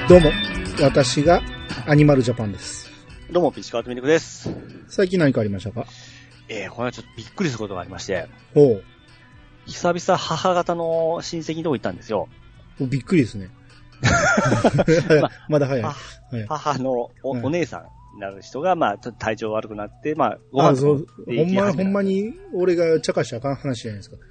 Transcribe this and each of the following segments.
どうも、私がアニマルジャパンです。 どうも、ピチカートミルクです。 最近何かありましたか？ これはちょっとびっくりすることがありまして。 ほう。 久々母方の親戚のとこ行ったんですよ。 びっくりですね。まだ早い。 母のお姉さんになる人が、ちょっと体調悪くなって、 ご飯とほんまに俺が茶化しちゃあかん話じゃないですか。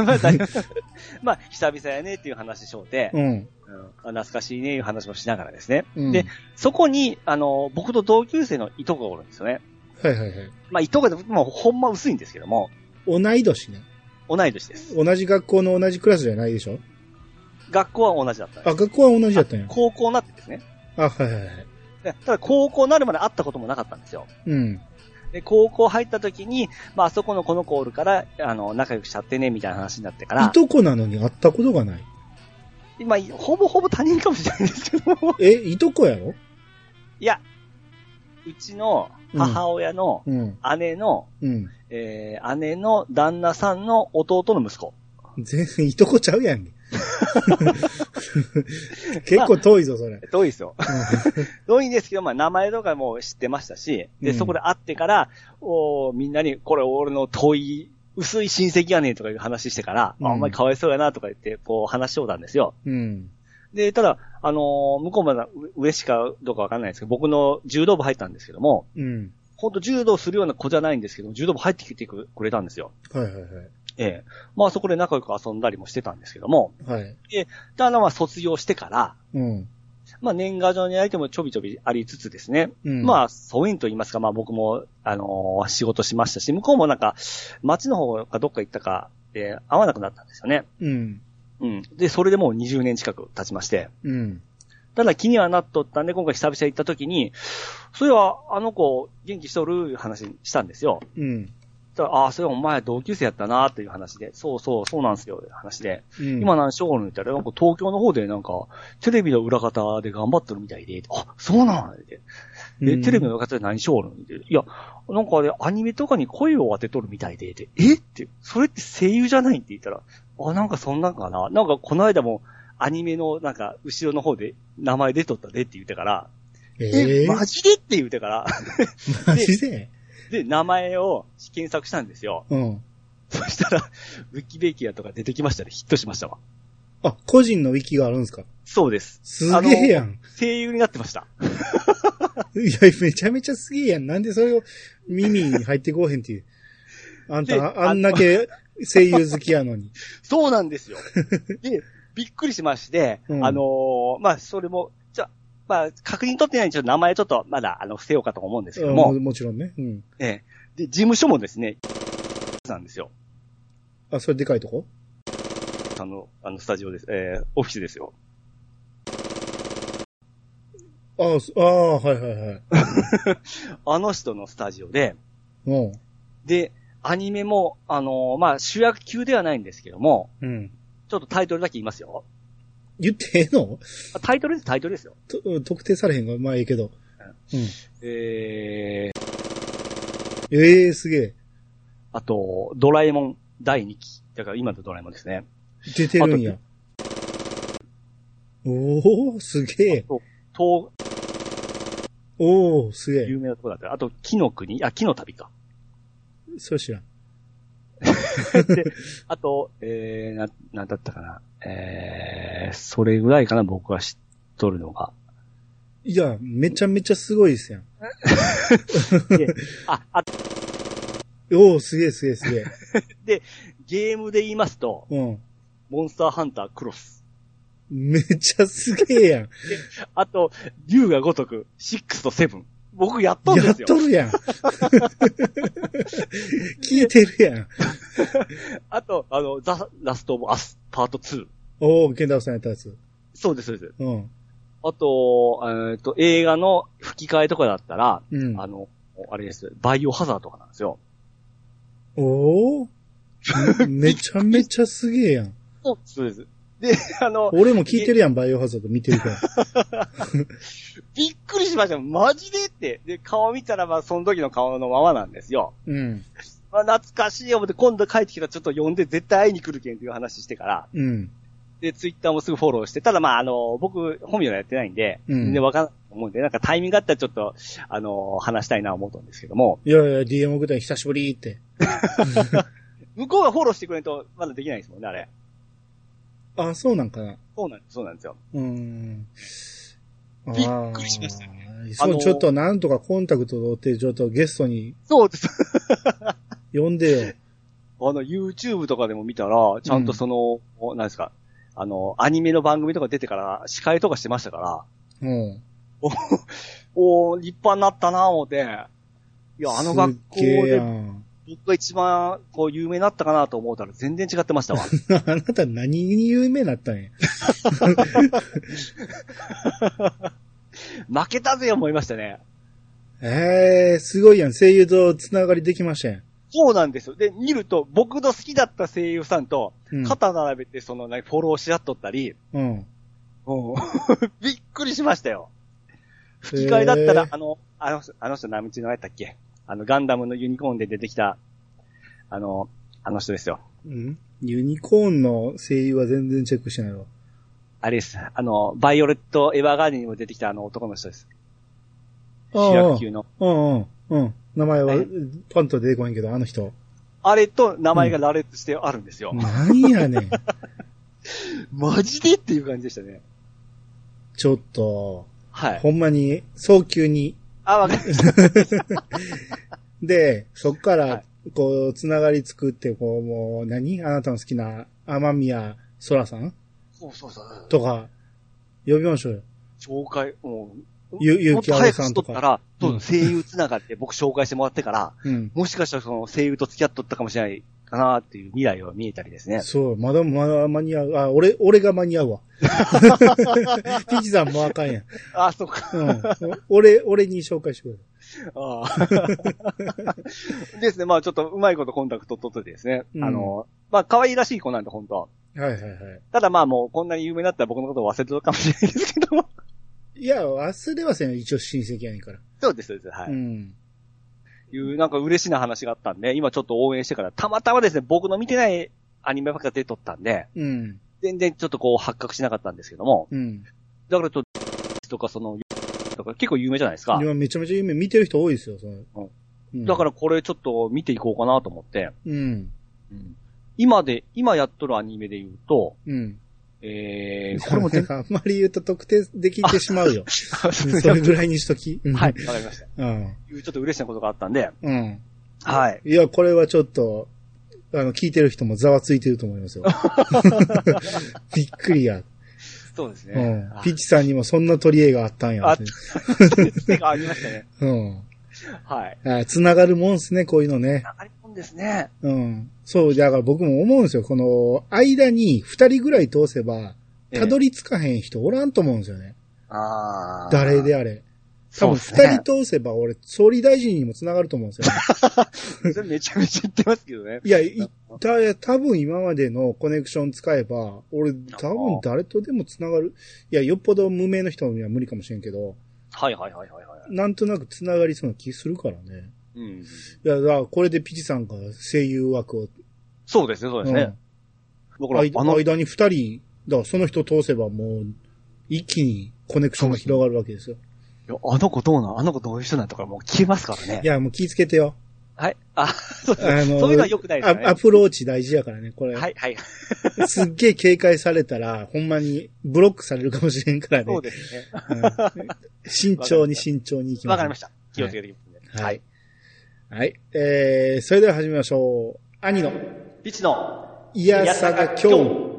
久々やねっていう話しようて、懐かしいねいう話もしながらですね。で、そこに、僕と同級生のいとこがおるんですよね。 はいはいはい。 いとこでもほんま薄いんですけども。 同い年ね。 同い年です。 同じ学校の同じクラスじゃないでしょ？ 学校は同じだったんです。 学校は同じだったんや。 高校になってですね。 はいはいはい。 ただ高校になるまで会ったこともなかったんですよ。で、高校入った時に、あそこのこの子おるから、仲良くしちゃってね、みたいな話になってから。 いとこなのに会ったことがない。 今、ほぼ他人かもしれないんですけど。 いとこやろ？ いや、うちの母親の姉の、姉の旦那さんの弟の息子。 全然いとこちゃうやんけ。結構遠いぞ、それ。 遠いですよ。遠いんですけど、名前とかも知ってましたし、で、そこで会ってから、みんなに、これ俺の遠い、薄い親戚やねんとかいう話してから、お前かわいそうやなとか言って、話しとったんですよ。で、ただ、向こうまだ嬉しかどうかわかんないですけど、僕の柔道部入ったんですけども、ほんと柔道するような子じゃないんですけど、柔道部入ってきてくれたんですよ。 はいはいはい。 そこで仲良く遊んだりもしてたんですけども、 はい。 で、卒業してから、年賀状に相手もちょびちょびありつつですね、疎遠と言いますか、僕も、仕事しましたし、向こうも町の方かどっか行ったかで会わなくなったんですよね。で、それでもう20年近く経ちまして、ただ気にはなっとったんで、今回久々行った時に、そういえば、あの子、元気しとる話したんですよ。それはお前同級生やったなっていう話で、そうなんですよ、話で。今何しようの言ったら、東京の方でテレビの裏方で頑張ってるみたいで、そうなんって。で、テレビの裏方で何しようのって。いや、アニメとかに声を当てとるみたいで、って、それって声優じゃないって言ったら、そんなんかな。この間も、アニメの後ろの方で名前出とったでって言ってから、マジでって言ってから、 マジで、名前を検索したんですよ。そしたら、ウィキペディアとか出てきましたね。ヒットしましたわ。 個人のウィキがあるんですか？ そうです。 すげえやん。 声優になってました。 いや、めちゃめちゃすげえやん。なんでそれを耳に入ってこうへんっていう。あんた、あんだけ声優好きやのに。 そうなんですよ。で、びっくりしまして、それも、確認取ってないんで、名前ちょっとまだ、伏せようかと思うんですけども。 もちろんね。 で、事務所もですね、なんですよ。 それでかいとこ？ スタジオです。オフィスですよ。 はいはいはい。 あの人のスタジオで、で、アニメも、主役級ではないんですけども、ちょっとタイトルだけ言いますよ。 言ってええの？ タイトルですよ。 特定されへんが、ええけど。すげえ。 あと、ドラえもん第2期。だから今のドラえもんですね。 出てるんや。すげえ。すげえ。 有名なとこだった。あと、木の旅か。 そう知らん。 で、あと、なんだったかな。それぐらいかな、僕は知っとるのが。 いや、めちゃめちゃすごいですやん。すげえ。 で、ゲームで言いますと、モンスターハンタークロス。 めっちゃすげえやん。 あと、竜が如く、6と7。僕やっとんですよ。 やっとるやん。聞いてるやん。 あと、ザ・ラスト・オブ・アス、パート2。 ケンタロウさんやったやつ。 そうです。あと、映画の吹き替えとかだったら、あれです、バイオハザードとかなんですよ。 めちゃめちゃすげえやん。 そうです。で、 俺も聞いてるやん、バイオハザード見てるから。 びっくりしました。マジでって。で、顔見たら、その時の顔のままなんですよ。懐かしいよ。で、今度帰ってきたらちょっと呼んで絶対会いに来るけんっていう話してから。 で、ツイッターもすぐフォローして、ただまあ僕、本名はやってないんで、全然わかんないと思うんで、なんかタイミングがあったらちょっと、話したいなと思ったんですけども。 いやいや、DM 送ったら久しぶりって。 向こうがフォローしてくれんと、まだできないですもんね、あれ。 あ、そうなんかな。 そうなんですよ。びっくりしましたね。 そう、ちょっとなんとかコンタクト取って、ちょっとゲストに。 そうです。 呼んでよ。 YouTube とかでも見たら、ちゃんとなんですか、アニメの番組とか出てから司会とかしてましたから、立派になったなぁ思って、いや、学校で、僕が一番、有名になったかなと思ったら全然違ってましたわ。 あなた何に有名になったんや。 負けたぜ思いましたね。 すごいやん。声優とつながりできましたやん。 そうなんですよ。で、見ると、僕の好きだった声優さんと、肩並べて、フォローし合っとったり、びっくりしましたよ。吹き替えだったら、あの人何道のやったっけ？ガンダムのユニコーンで出てきた、あの人ですよ。 ユニコーンの声優は全然チェックしてないわ。 あれです。バイオレット・エヴァーガーデンにも出てきた男の人です。主役級の。 名前は、パンと出てこないけど、あの人。 あれと名前が羅列してあるんですよ。 なんやねん。 マジでっていう感じでしたね。 ちょっと、 はい。 ほんまに、早急に。 わかりました。 で、そっから、つながり作って、もう、あなたの好きな、天宮空さん？ そう。 とか、呼びましょうよ。 紹介、もう、 ゆきあおさんとか。 もっと早くしとったら、声優つながって僕紹介してもらってから、もしかしたら声優と付き合っとったかもしれないかなっていう未来が見えたりですね。 そう、まだ間に合う。俺が間に合うわ。ピーチさんもあかんやん。 そうか。 俺に紹介してくれ。 ですね、まあちょっとうまいことコンタクト取ってですね。まあ可愛らしい子なんで、本当は。 はい。 ただまあもうこんなに有名だったら僕のことを忘れてるかもしれないですけど。 いや、忘れはせんよ。一応親戚やねんから。 そうです。はい。なんか嬉しな話があったんで、今ちょっと応援してから、たまたまですね、僕の見てないアニメばっか出とったんで、全然ちょっと発覚しなかったんですけども、だからとか結構有名じゃないですか。 めちゃめちゃ有名。見てる人多いですよ、 だからこれちょっと見ていこうかなと思って、今やっとるアニメで言うと、これもあんまり言うと特定できてしまうよ。それぐらいにしとき。 はい、わかりました。ちょっと嬉しなことがあったんで。はい。 いや、これはちょっと、聞いてる人もざわついてると思いますよ。びっくりや。 そうですね。 ピッチさんにもそんな取り柄があったんや。 ありましたね。 はい。つながるもんですね、こういうのね。 つながるもんですね。 そう、だから僕も思うんですよ。この間に2人ぐらい通せば、たどり着かへん人おらんと思うんですよね。誰であれ。多分2人通せば俺、総理大臣にもつながると思うんですよ。 それめちゃめちゃ言ってますけどね。 いや、多分今までのコネクション使えば、俺多分誰とでもつながる。いや、よっぽど無名の人には無理かもしれんけど。 はい。 なんとなくつながりそうな気するからね。いや、だからこれでピチさんが声優枠を。 そうですね。 間に2人、だからその人通せばもう、一気にコネクションが広がるわけですよ。 いや、あの子どういう人なんとかもう消えますからね。 いや、もう気ぃつけてよ。 はい。そういうのは良くないですね。 アプローチ大事やからね、これ。 はい。 すっげえ警戒されたら、ほんまにブロックされるかもしれんからね。 そうですね。 慎重に行きます。 わかりました。気をつけていきますね。 はい。それでは始めましょう。兄のピチのいやさが今日。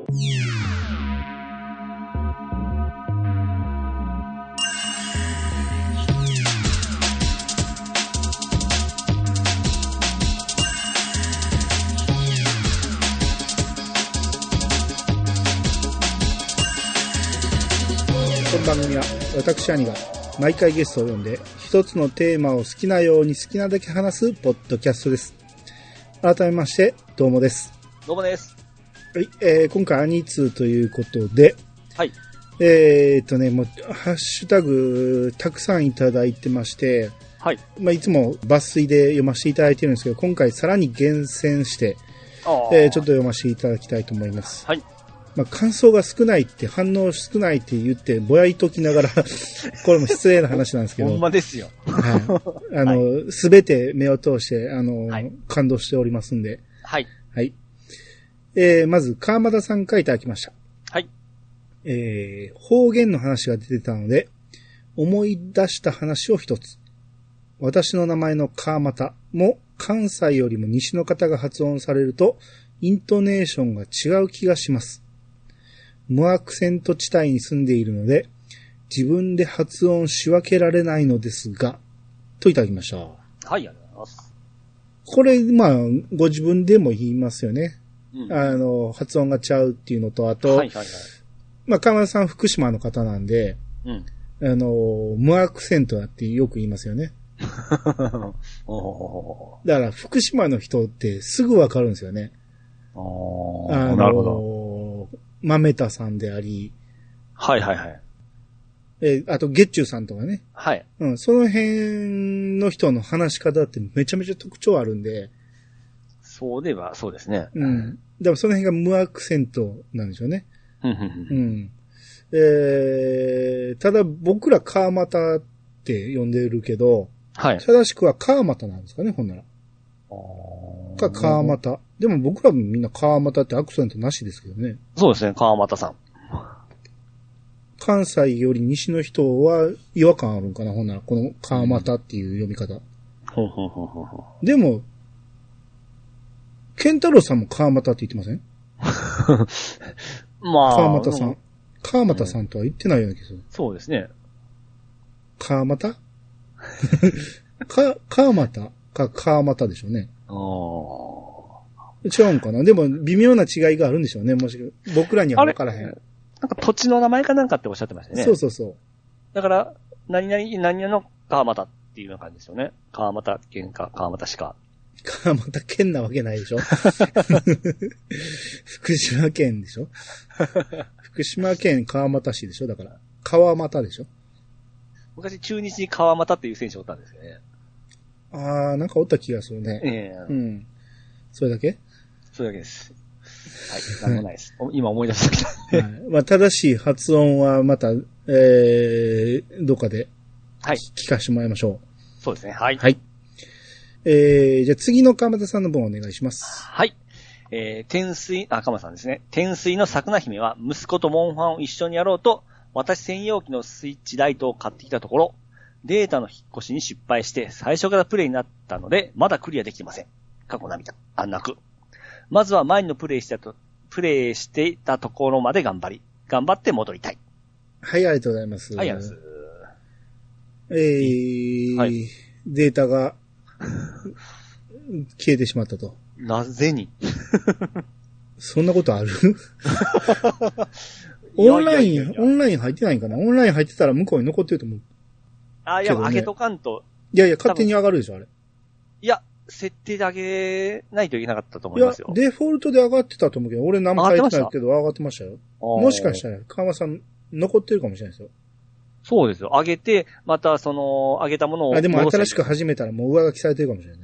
この番組は私兄が毎回ゲストを呼んで一つのテーマを好きなように好きなだけ話すポッドキャストです。改めましてどうもです。 どうもです。 はい、今回アニツーということで、 はい。 もうハッシュタグたくさんいただいてまして、 はい。 いつも抜粋で読ませていただいてるんですけど、今回さらに厳選して、ちょっと読ませていただきたいと思います。 はい。 まあ、感想が少ないって反応少ないって言ってぼやいときながらこれも失礼な話なんですけど。 ほんまですよ。 はい。すべて目を通して、はい、感動しておりますんで。 はい。 はい。まず、川又さんからいただきました。 はい。 方言の話が出てたので、思い出した話を一つ。私の名前の川又も関西よりも西の方が発音されると、イントネーションが違う気がします。無アクセント地帯に住んでいるので、自分で発音し分けられないのですが、といただきました。はい、 ありがとうございます。 これ、まあ、ご自分でも言いますよね。うん、発音がちゃうっていうのと、あと、はいはいはい、まあ、川村さん福島の方なんで、うん、無アクセントだってよく言いますよね。だから、福島の人ってすぐわかるんですよね。 なるほど。 豆田さんであり。 はいはいはい。 あと、月中さんとかね。 はい。 うん、その辺の人の話し方ってめちゃめちゃ特徴あるんで。 そうでは、そうですね。 うん。でもその辺が無アクセントなんでしょうね。うん。ただ僕ら川又って呼んでるけど、はい。正しくは川又なんですかね、ほんなら。川又。でも僕らもみんな川又ってアクセントなしですけどね。 そうですね、川又さん。 関西より西の人は違和感あるんかな、ほんなら。この川又っていう読み方。でも、ケンタロウさんも川又って言ってませんまあ。 川又さん。川又さんとは言ってないような気がする。 そうですね。 川又川又か川又でしょうね。違うんかな。でも微妙な違いがあるんでしょうね。もし僕らには分からへん。 なんか土地の名前かなんかっておっしゃってましたね。 そうそうそう。 だから、何々の川又っていうような感じですよね。川又県か川又市か。 川又県なわけないでしょ福島県でしょ福島県川又市でしょだから。川又でしょ昔中日に川又っていう選手おったんですよね。 あー、なんかおった気がするね。うん。それだけそれだけです。はい。なんもないです。今思い出してきた。 はい。まあ、正しい発音はまた、どっかで、はい。聞かせてもらいましょう。そうですね。はい。 はい。じゃあ次の川又さんの分お願いします。 はい。川又さんですね。天水の桜姫は息子とモンハンを一緒にやろうと、私専用機のスイッチライトを買ってきたところ、データの引っ越しに失敗して最初からプレイになったので、まだクリアできてません。過去涙。泣く。まずは前のプレイしていたところまで頑張って戻りたい。 はい、ありがとうございます。 はい、ありがとうございます。はい、データが消えてしまったと。 なぜにそんなことあるオンライン入ってないんかな。オンライン入ってたら向こうに残ってると思う。 いや、上げとかんと。 いや、勝手に上がるでしょ、あれ。 いや、設定で上げないといけなかったと思いますよ。 いや、デフォルトで上がってたと思うけど、俺何も書いてないけど上がってましたよ。もしかしたら、川間さん残ってるかもしれないですよ。 そうですよ。上げて、また上げたものを。 でも新しく始めたらもう上書きされてるかもしれない。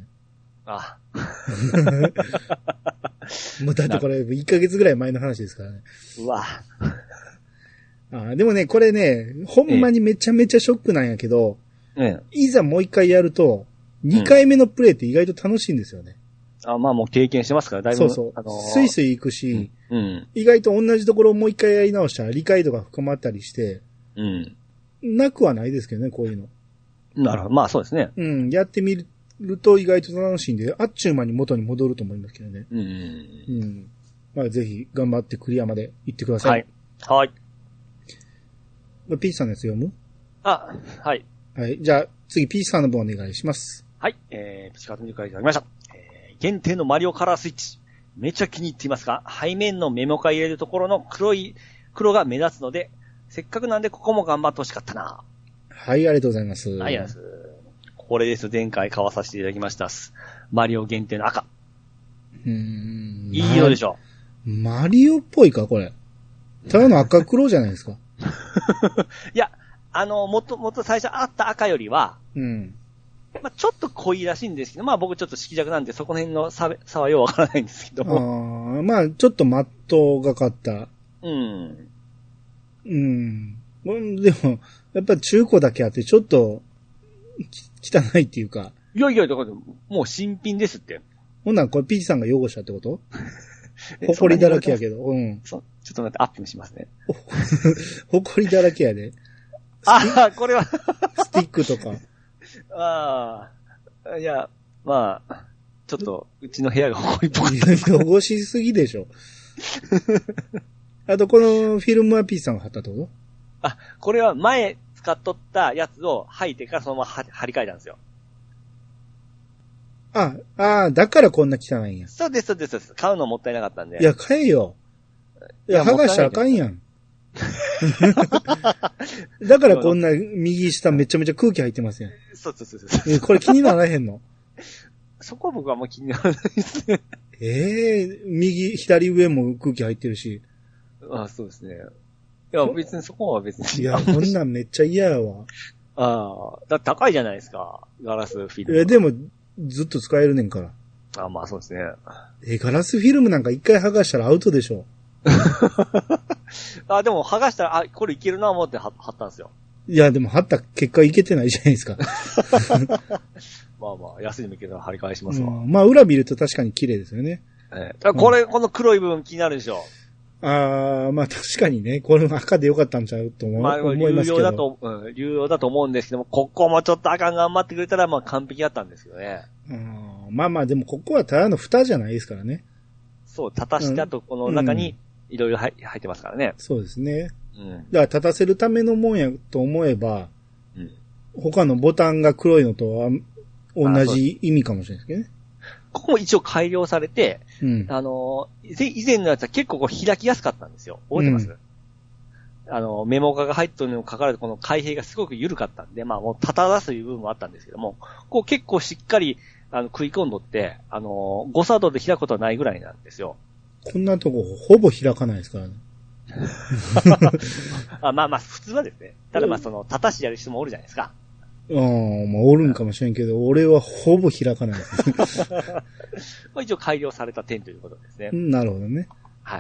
もうだってこれ1ヶ月ぐらい前の話ですからね。 うわ。 でもね、これね、ほんまにめちゃめちゃショックなんやけど、いざもう一回やると、2回目のプレイって意外と楽しいんですよね。 まあもう経験してますから、だいぶ。 そう。スイスイ行くし、意外と同じところをもう一回やり直したら理解度が深まったりして、なくはないですけどね、こういうの。 なるほど。まあそうですね。 やってみると意外と楽しいんで、あっちゅう間に元に戻ると思いますけどね。まあぜひ頑張ってクリアまで行ってください。 はい。 ピーチさんのやつ読む？ はい。 はい。じゃあ次ピーチさんの分お願いします。 はい。ピチカートミルクからいただきました。限定のマリオカラースイッチ。めちゃ気に入っていますが、背面のメモ化入れるところの黒が目立つので、せっかくなんでここも頑張ってほしかったな。 はい、ありがとうございます。 はい、ありがとうございます。これです。前回買わさせていただきました。マリオ限定の赤。いい色でしょ。 マリオっぽいか、これ。ただの赤黒じゃないですか。 いや、もっと最初あった赤よりは、まあ、ちょっと濃いらしいんですけど、まあ僕ちょっと色弱なんでそこの辺の差はようわからないんですけど。 まあちょっとマットがかった。 うん。 うん。でも、やっぱ中古だけあってちょっと、汚いっていうか。 いやいや、だからもう新品ですって。 ほんならこれピーチさんが汚したってことほこりだらけやけど。うん。 ちょっと待って、アップしますね。 ほこりだらけやで。 ああ、これは。 スティックとか。 ああ。いや、まあ、ちょっと、うちの部屋がほこりっぽい。 汚しすぎでしょ。あと、このフィルムはピーチさんが貼ったってこと？ あ、これは前使っとったやつを履いてからそのまま貼り替えたんですよ。 だからこんな汚いんや。 そうです。買うのもったいなかったんで。 いや、買えよ。いや、剥がしたらあかんやん。だからこんな右下めちゃめちゃ空気入ってますやん。 そう。 これ気にならへんの？ そこは僕はもう気にならないですね。 左上も空気入ってるし。 あ、そうですね。いや、別にそこは別に。 いや、こんなんめっちゃ嫌やわ。 だって高いじゃないですか。ガラスフィルム。 でも、ずっと使えるねんから。 まあそうですね。 ガラスフィルムなんか一回剥がしたらアウトでしょ。 でも剥がしたら、これいけるな思って貼ったんですよ。 いや、でも貼った結果いけてないじゃないですか。 まあ、安いでもいけたら張り返しますわ。 まあ、裏見ると確かに綺麗ですよね。 この黒い部分気になるでしょ。 まあ確かにね、これ赤でよかったんちゃうと思いますけど。 流用だと思うんですけども、ここもちょっと赤頑張ってくれたら、まあ完璧だったんですけどね。 まあ、でもここはただの蓋じゃないですからね。 そう、立たしてあとこの中にいろいろ入ってますからね。 そうですね。だから立たせるためのもんやと思えば、他のボタンが黒いのとは同じ意味かもしれないですけどね。 ここも一応改良されて、以前のやつは結構開きやすかったんですよ。覚えてます？メモ化が入ってるのにもかかわらず、この開閉がすごく緩かったんで、まあもう立たすという部分もあったんですけども、結構しっかり、食い込んどって、誤作動で開くことはないぐらいなんですよ。 こんなとこほぼ開かないですからね。 まあ、普通はですね。ただ立たしやる人もおるじゃないですか。 まあ、おるんかもしれんけど、俺はほぼ開かないです。 一応改良された点ということですね。 なるほどね。 はい。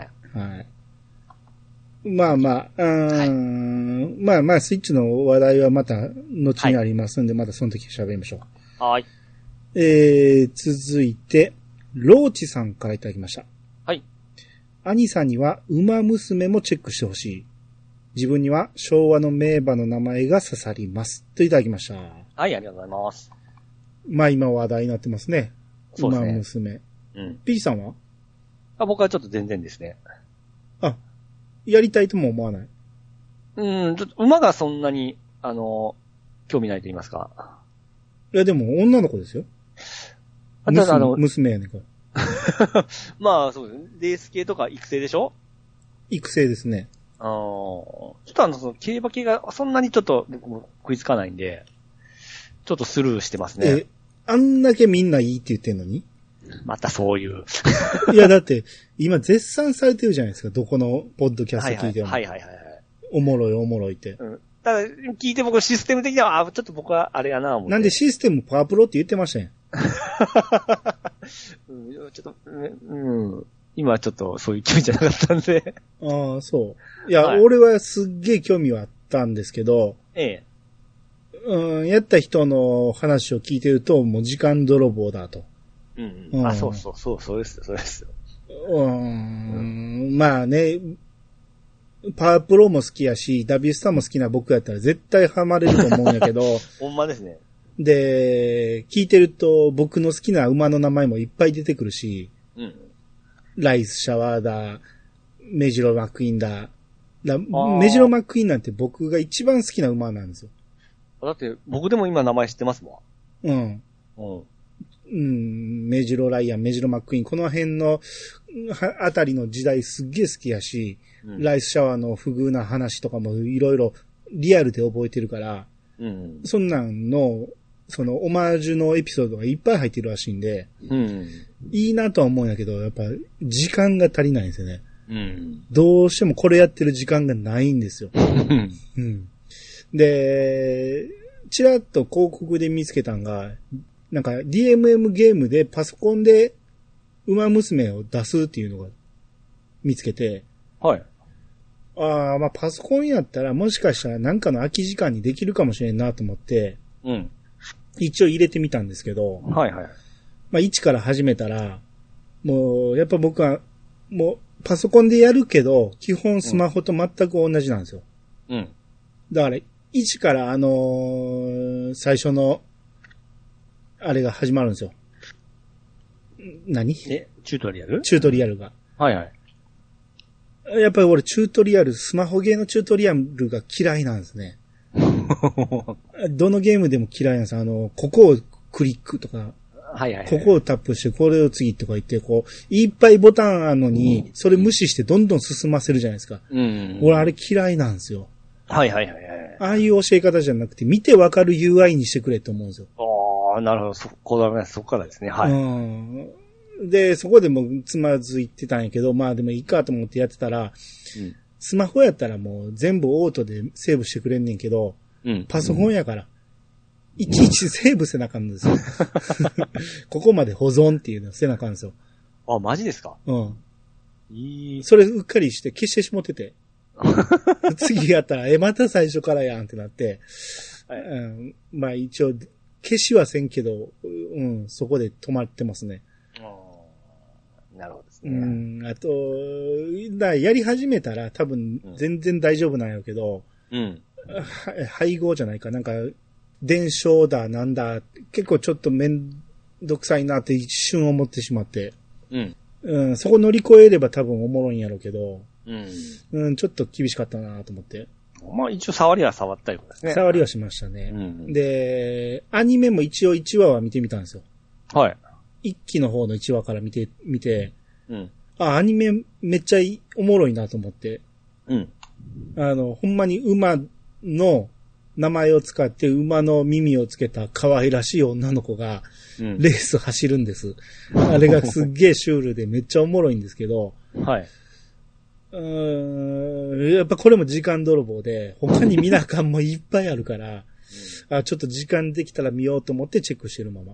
まあ、まあ、スイッチの話題はまた後にありますんで、またその時喋りましょう。 はい。 続いて、ローチさんからいただきました。 はい。 兄さんには、馬娘もチェックしてほしい。自分には昭和の名馬の名前が刺さります。といただきました。はい、 ありがとうございます。 まあ今話題になってますね。 そうですね。 馬娘。P さんは？ 僕はちょっと全然ですね。 やりたいとも思わない？ ちょっと馬がそんなに、興味ないと言いますか。 いやでも女の子ですよ。娘やねんから。 まあそうですね。レース系とか育成でしょ？ 育成ですね。 ちょっとその競馬系がそんなにちょっと僕も食いつかないんで、ちょっとスルーしてますね。 あんだけみんないいって言ってんのに？ またそういう。 いやだって、今絶賛されてるじゃないですか、どこのポッドキャスト聞いても。 はい。 おもろいって。 ただ、聞いて僕システム的には、ちょっと僕はあれやな思って。 なんでシステムパワープロって言ってましたやん。 ちょっと、今ちょっとそういう気分じゃなかったんで。 そう。いや、俺はすっげえ興味はあったんですけど、やった人の話を聞いてると、もう時間泥棒だと。そうです。まあね、パワープロも好きやし、ダビスタも好きな僕やったら絶対ハマれると思うんやけど。 ほんまですね。 で、聞いてると僕の好きな馬の名前もいっぱい出てくるし、ライスシャワーだ、メジロマックイーンだ。メジロマックイーンなんて僕が一番好きな馬なんですよ。 だって僕でも今名前知ってますもん。 メジロライアン、メジロマックイーン、この辺のあたりの時代すっげえ好きやし、ライスシャワーの不遇な話とかもいろいろリアルで覚えてるから、そんなんの、そのオマージュのエピソードがいっぱい入ってるらしいんで、いいなとは思うんやけど、やっぱ時間が足りないんですよね。どうしてもこれやってる時間がないんですよ。で、ちらっと広告で見つけたんが、なんか DMM ゲームでパソコンで馬娘を出すっていうのが見つけて、 ああ、まあパソコンやったらもしかしたらなんかの空き時間にできるかもしれんなと思って、 うん。 一応入れてみたんですけど、 はいはい。 まあ一から始めたら、もうやっぱ僕はもうパソコンでやるけど、基本スマホと全く同じなんですよ。 うん。 だから、一から最初の、あれが始まるんですよ。何？ チュートリアル？ チュートリアルが。 はいはい。 やっぱり俺チュートリアル、スマホゲーのチュートリアルが嫌いなんですね。どのゲームでも嫌いなんです。ここをクリックとか、 はいはいはい、 ここをタップして、これを次とか言って、こう、いっぱいボタンあるのに、それ無視してどんどん進ませるじゃないですか。 うん。 俺あれ嫌いなんですよ。 はいはいはいはい。 ああいう教え方じゃなくて、見てわかる UI にしてくれと思うんですよ。 ああ、なるほど。こだわります。そこからですね。はい。 で、そこでもつまずいてたんやけど、まあでもいいかと思ってやってたら、スマホやったらもう全部オートでセーブしてくれんねんけど、パソコンやから、いちいちセーブせなあかんんですよ。ここまで保存っていうのせなあかんんですよ。 あ、マジですか？ それうっかりして消してしもってて。次やったら、また最初からやんってなって、はい、まあ一応、消しはせんけど、そこで止まってますね。 なるほどですね。 あと、やり始めたら多分全然大丈夫なんやけど、配合じゃないか、なんか、伝承だ、なんだ、結構ちょっとめんどくさいなって一瞬思ってしまって、そこ乗り越えれば多分おもろいんやろうけど、ちょっと厳しかったなと思って。 まあ一応触りは触ったようですね。 触りはしましたね。で、アニメも一応1話は見てみたんですよ。 はい。 一期の方の1話から見て、アニメめっちゃおもろいなと思って。ほんまに馬の名前を使って馬の耳をつけた可愛らしい女の子が、レース走るんです。あれがすっげえシュールでめっちゃおもろいんですけど、 はい。 やっぱこれも時間泥棒で、他に見なあかんもいっぱいあるから、ちょっと時間できたら見ようと思ってチェックしてるまま。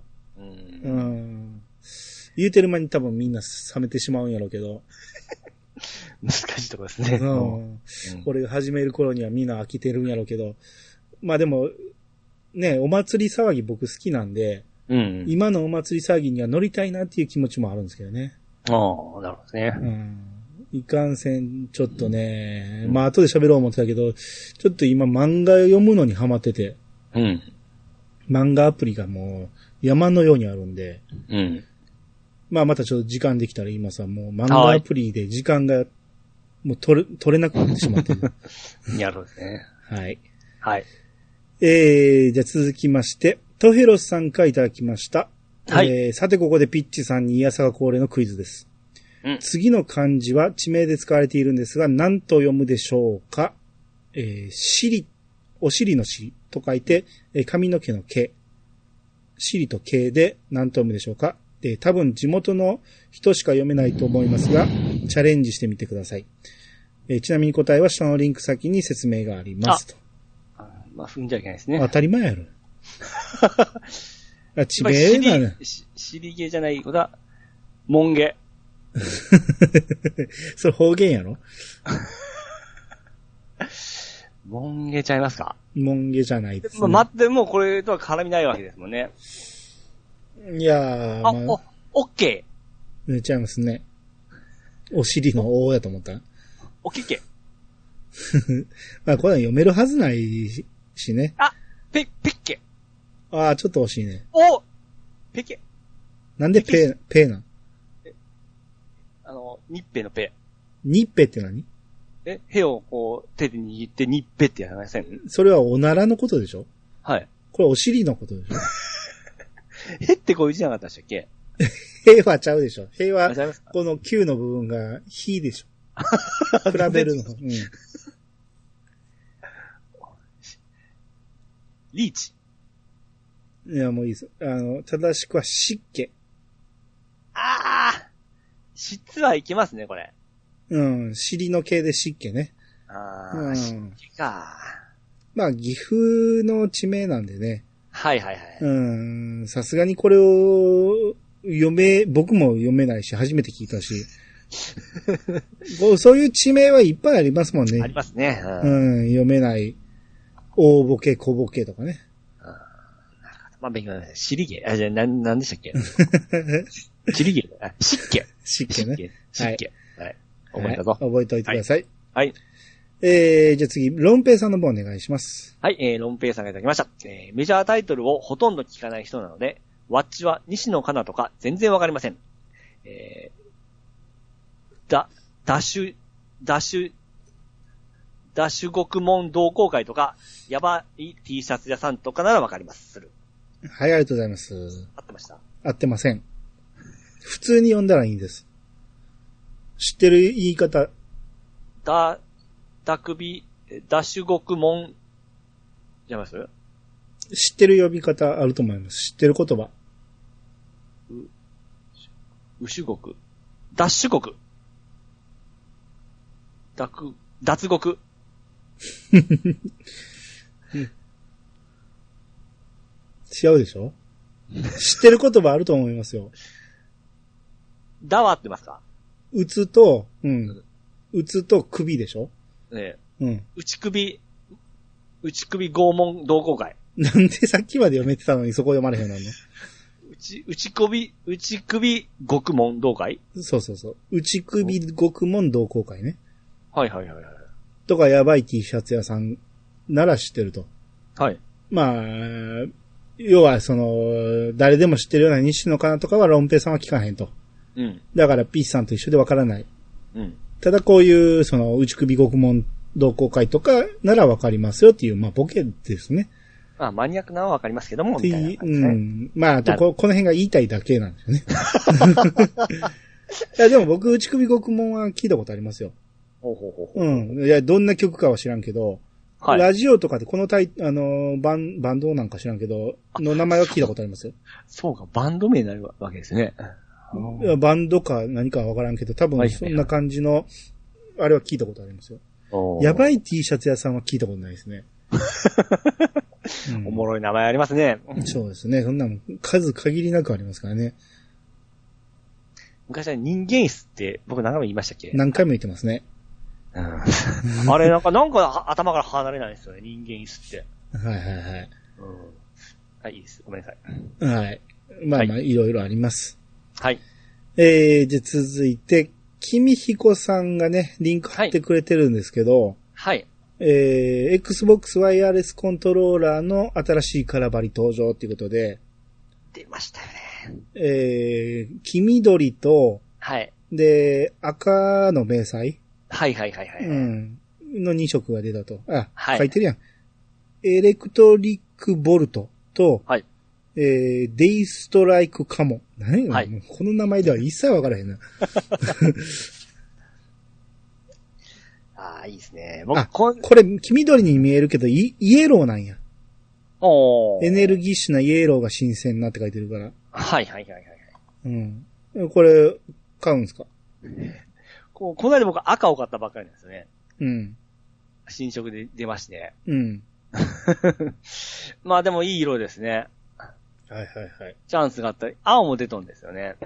言うてる間に多分みんな冷めてしまうんやろうけど。 難しいとこですね。 これ始める頃にはみんな飽きてるんやろうけど。まあでも、ね、お祭り騒ぎ僕好きなんで、今のお祭り騒ぎには乗りたいなっていう気持ちもあるんですけどね。 なるほどね。 いかんせん、ちょっとね、まあ後で喋ろう思ってたけど、ちょっと今漫画読むのにハマってて、漫画アプリがもう山のようにあるんで、まあまたちょっと時間できたら今さ、もう漫画アプリで時間がもう取れなくなってしまってる。 なるほどですね。 はい。 はい。 じゃあ続きまして、トヘロスさんからいただきました。 はい。 さてここでピッチさんにイヤサガ恒例のクイズです。次の漢字は地名で使われているんですが、何と読むでしょうか？お尻の尻と書いて、髪の毛の毛。尻と毛で何と読むでしょうか？多分地元の人しか読めないと思いますが、チャレンジしてみてください。ちなみに答えは下のリンク先に説明がありますと。 まあ、踏んじゃいけないですね。 当たり前やろ。地名なの。 尻毛じゃないことは、門毛。 それ方言やろ？ 門毛ちゃいますか？ 門毛じゃないですね。 待ってもこれとは絡みないわけですもんね。 いやー。 オッケー。ちゃいますね。お尻のおーやと思った。 オッケーケー。まあこれは読めるはずないしね。 ペッケ。 ちょっと惜しいね。 ペケ。 なんでペなん日ペのペ。 日ペって何？ ヘをこう、手で握って日ペってやらないせん？ それはおならのことでしょ？ はい。 これお尻のことでしょ？ ヘってこういう字じゃなかったでしたっけ？ ヘはちゃうでしょ。ヘは、この9の部分がヒでしょ。比べるの。 リーチ。 いや、もういいです。正しくは湿気。 湿はいけますね、これ。 尻の毛で湿気ね。 湿気か。 まあ、岐阜の地名なんでね。 はい。 さすがにこれを僕も読めないし、初めて聞いたし、 そういう地名はいっぱいありますもんね。 ありますね。 読めない。大ボケ、小ボケとかね。 まあ、勉強です。シリゲ。じゃあ、なんでしたっけシリゲ。湿気。 湿気ね。 湿気。はい。覚えたぞ。 覚えておいてください。 はい。 じゃあ次、ロンペイさんの方お願いします。 はい、ロンペイさんがいただきました。メジャータイトルをほとんど聞かない人なので、ワッチは西野カナとか全然わかりません。ダッシュ獄門同好会とか、やばい T シャツ屋さんとかならわかります。 はい、ありがとうございます。 合ってました？ 合ってません。普通に読んだらいいんです。知ってる言い方。 ダッシュ獄門、じゃいます？ 知ってる呼び方あると思います。知ってる言葉。 脱獄。ダッシュ獄。脱獄。 違うでしょ？知ってる言葉あると思いますよ。 だは合ってますか？ うつと首でしょ？ ねえ。内首拷問同好会。 なんでさっきまで読めてたのにそこ読まれへんの？ 内首獄門同会？ そう。内首獄門同好会ね。 はい。 とかやばい T シャツ屋さんなら知ってると。 はい。 まあ、要は誰でも知ってるような西野カナとかはロンペイさんは聞かへんと。 うん。 だからピースさんと一緒でわからない。 うん。 ただこういう内首獄門同好会とかならわかりますよっていう、まあボケですね。 まあマニアックなのはわかりますけども、みたいな感じですね。 まあ、あとこの辺が言いたいだけなんですよね。いや、でも僕、内首獄門は聞いたことありますよ。いや、どんな曲かは知らんけど、はい、ラジオとかでこのバンドなんか知らんけど、の名前は聞いたことありますよ。 そうか、バンド名になるわけですね。 いやバンドか何かはわからんけど、多分そんな感じの、あれは聞いたことありますよ。やばい T シャツ屋さんは聞いたことないですね。 おもろい名前ありますね。 そうですね。そんなもん数限りなくありますからね。 昔は人間室って僕何回も言いましたっけ？ 何回も言ってますね。 あれなんか頭から離れないですよね、人間室って。 はい。 はい、いいです。ごめんなさい。はい。まあ、いろいろあります。 はい。 じゃ続いて、君彦さんがね、リンク貼ってくれてるんですけど、 はい。 Xbox ワイヤレスコントローラーの新しいカラバリ登場っていうことで。 出ましたよね。 黄緑と、 はい。 で、赤の明細。 はい。 の2色が出たと。 はい。 書いてるやん。エレクトリックボルトと、 はい。 デイストライクカモ。何よ、はい、この名前では一切わからへんな。 いいですね。 これ、黄緑に見えるけど、イエローなんや。エネルギッシュなイエローが新鮮なって書いてるから。 はい。 うん。これ、買うんすか？ この間僕赤を買ったばっかりなんですよね。 うん。 新色で出まして。 うん。 まあでもいい色ですね。 はい。 チャンスがあったり、青も出とんですよね。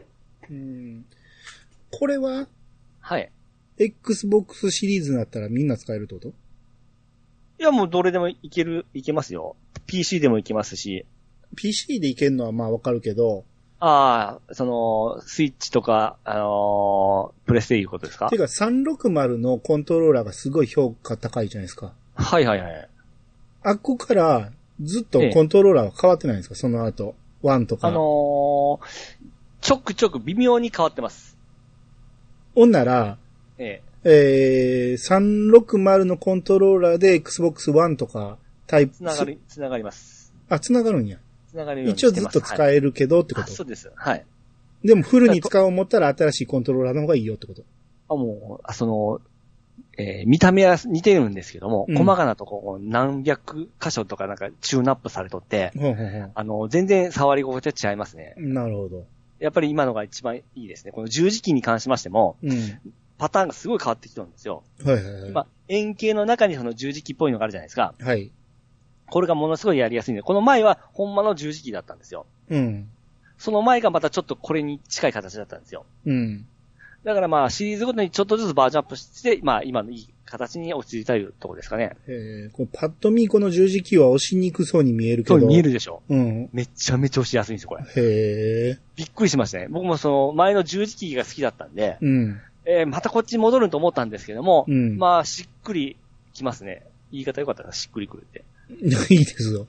これははい。 Xbox シリーズになったらみんな使えるってこと？ いやもうどれでもいけますよ。PC でもいけますし。 PC でいけるのはまあわかるけど。 スイッチとか、プレステいうことですか？ ていうか360のコントローラーがすごい評価高いじゃないですか。 はい。 あっこからずっとコントローラーは変わってないんですか？その後。1とか。 ちょくちょく微妙に変わってます。 ほんなら、360のコントローラーで Xbox One とかタイプ。 つながります。 つながるんや。 つながるように一応ずっと使えるけどってこと？ そうです。はい。 でもフルに使おう思ったら新しいコントローラーの方がいいよってこと？ もう、見た目は似てるんですけども、細かなとこ何百箇所とかなんかチューンアップされとって、全然触り心地は違いますね。 なるほど。 やっぱり今のが一番いいですね。この十字キーに関しましても、パターンがすごい変わってきてるんですよ。 はい。 今、円形の中にその十字キーっぽいのがあるじゃないですか。 はい。 これがものすごいやりやすいんで、この前はほんまの十字キーだったんですよ。 うん。 その前がまたちょっとこれに近い形だったんですよ。 うん。 だからまあシリーズごとにちょっとずつバージョンアップして、まあ今のいい形に落ち着いたいうところですかね。 これパッと見この十字キーは押しにくそうに見えるけど。 そう見えるでしょ。 うん。 めちゃめちゃ押しやすいんですよ、これ。 へえ。 びっくりしましたね。僕もその前の十字キーが好きだったんで、 うん。 またこっちに戻ると思ったんですけども、 うん、 まあしっくりきますね。言い方よかったらしっくりくるって。 いいですよ。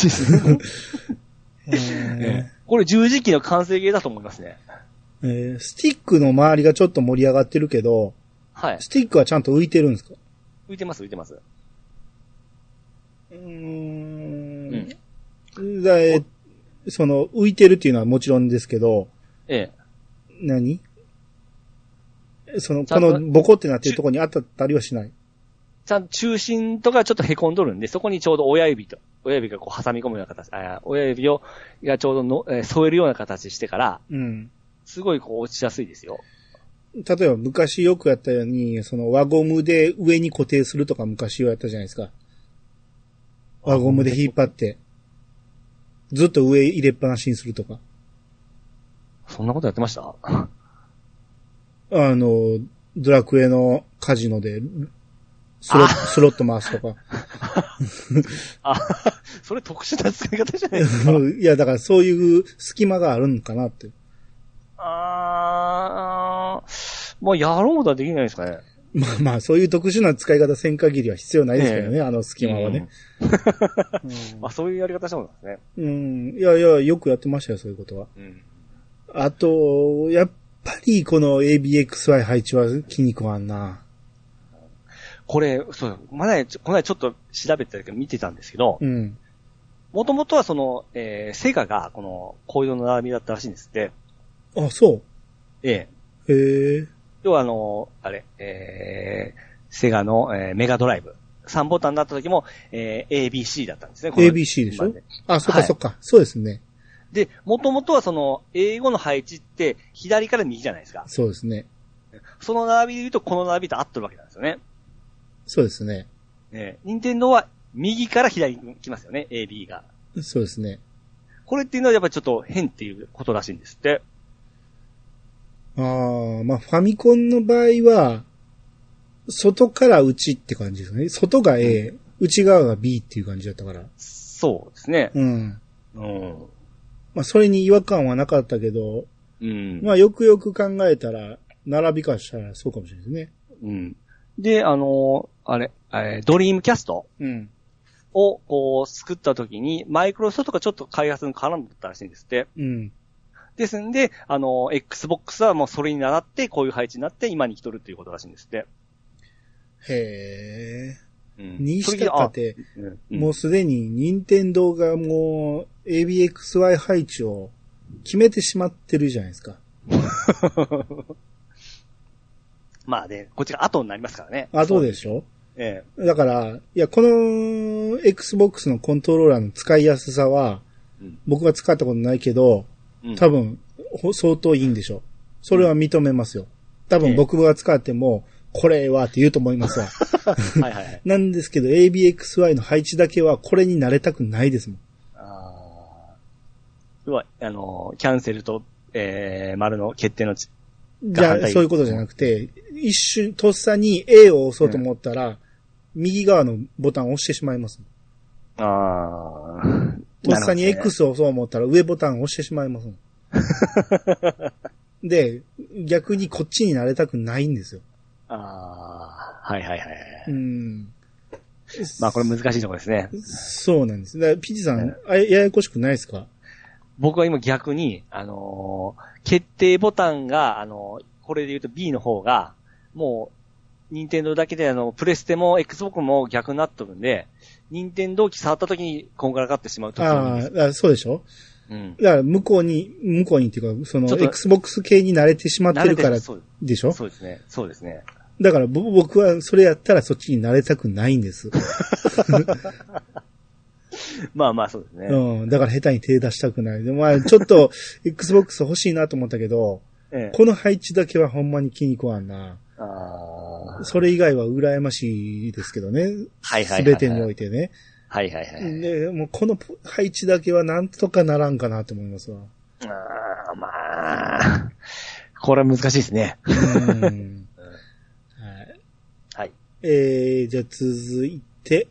これ十字キーの完成形だと思いますね。 スティックの周りがちょっと盛り上がってるけど、 はい。 スティックはちゃんと浮いてるんですか？ 浮いてます、浮いてます。 その、浮いてるっていうのはもちろんですけど、何？このボコってなってるところに当たったりはしない？ ちゃんと中心とかちょっと凹んどるんで、そこにちょうど親指がこう挟み込むような形、親指がちょうどの、添えるような形してから、 うん。 すごいこう落ちやすいですよ。 例えば昔よくやったように、その輪ゴムで上に固定するとか昔やったじゃないですか。輪ゴムで引っ張って、ずっと上入れっぱなしにするとか。 そんなことやってました？ ドラクエのカジノで、スロット回すとか。 それ特殊な使い方じゃないですか。 いや、だからそういう隙間があるのかなって。 もうやろうことはできないですかね。 まあ、そういう特殊な使い方せん限りは必要ないですけどね、あの隙間はね。 まあ、そういうやり方したもんですね。 いや、よくやってましたよ、そういうことは。あと、やっぱりこの ABXY 配置は気に食わんな。 これ、そう、この間ちょっと調べてたけど見てたんですけど、もともとはその、セガがこういうの並びだったらしいんですって。 あ、そう。 へえ。 要はセガの、メガドライブ。3ボタンだった時も、ABC だったんですね。 ABC でしょ？あ、そっかそっか。そうですね。 で、もともとはその、英語の配置って左から右じゃないですか。 そうですね。 その並びで言うとこの並びと合ってるわけなんですよね。 そうですね。 任天堂は右から左に来ますよね、AB が。 そうですね。 これっていうのはやっぱりちょっと変っていうことらしいんですって。 まあ、ファミコンの場合は、外から内って感じですね。外が A、内側が B っていう感じだったから。 そうですね。 まあ、それに違和感はなかったけど、まあ、よくよく考えたら、並びからしたらそうかもしれないですね。 で、ドリームキャストをこう作った時に、マイクロソフトがちょっと開発に絡んでたらしいんですって。ですんで、Xbox はもうそれに倣ってこういう配置になって今に来とるっていうことらしいんですって。 へー。にしたって、もうすでに任天堂がもう ABXY 配置を決めてしまってるじゃないですか。 まあね、こっちが後になりますからね。 後でしょ？だから、いや、この Xbox のコントローラーの使いやすさは、僕が使ったことないけど、多分、相当いいんでしょ。それは認めますよ。多分僕が使っても、これはって言うと思いますわ。なんですけど、ABXY の配置だけはこれに慣れたくないですもん。 要は、キャンセルと、丸の決定のじゃあ、そういうことじゃなくて、一瞬、とっさに A を押そうと思ったら、右側のボタンを押してしまいます。とっさに X を押そう思ったら上ボタンを押してしまいます。で、逆にこっちに慣れたくないんですよ。 はいはいはい。まあこれ難しいところですね。 そうなんです。だからピチさん、ややこしくないですか？ 僕は今逆に、決定ボタンが、これで言うと B の方が、もう、任天堂だけでプレステも Xbox も逆になっとるんで、任天堂機触った時にこんがらがってしまうときに。 そうでしょ？だから向こうにっていうか、その Xbox 系に慣れてしまってるからでしょ？ そうですね。そうですね。 だから僕はそれやったらそっちに慣れたくないんです。 まあまあそうですね。 だから下手に手出したくない。でもまあちょっと Xbox 欲しいなと思ったけど、この配置だけはほんまに気に食わんな。それ以外は羨ましいですけどね。すべてにおいてね。で、もうこの配置だけはなんとかならんかなと思いますわ。 まあ、 これは難しいですね。 はい。 はい。 じゃあ続いて、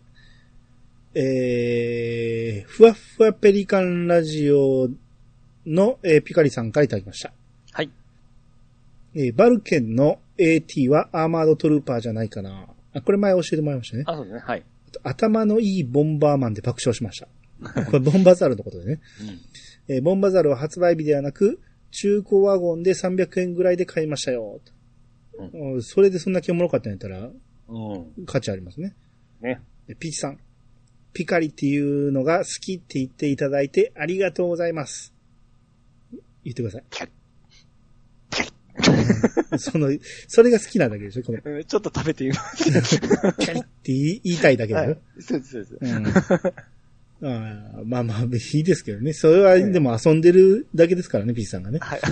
ふわふわペリカンラジオの、ピカリさんからいただきました。 はい。 バルケンの AT はアーマードトルーパーじゃないかな。これ前教えてもらいましたね。 そうですね。はい。 頭のいいボンバーマンで爆笑しました。これボンバザールのことでね。ボンバザールは発売日ではなく、中古ワゴンで300円ぐらいで買いましたよ。それでそんな気おもろかったんやったら、価値ありますね。 ね。 ピーチさん。ピカリっていうのが好きって言っていただいてありがとうございます。言ってください。それが好きなだけでしょこのちょっと食べてみます。 キャリって言いたいだけだよ。はい、 そうです。 まあまあ、いいですけどね。それはでも遊んでるだけですからね、ピーチさんがね。はい、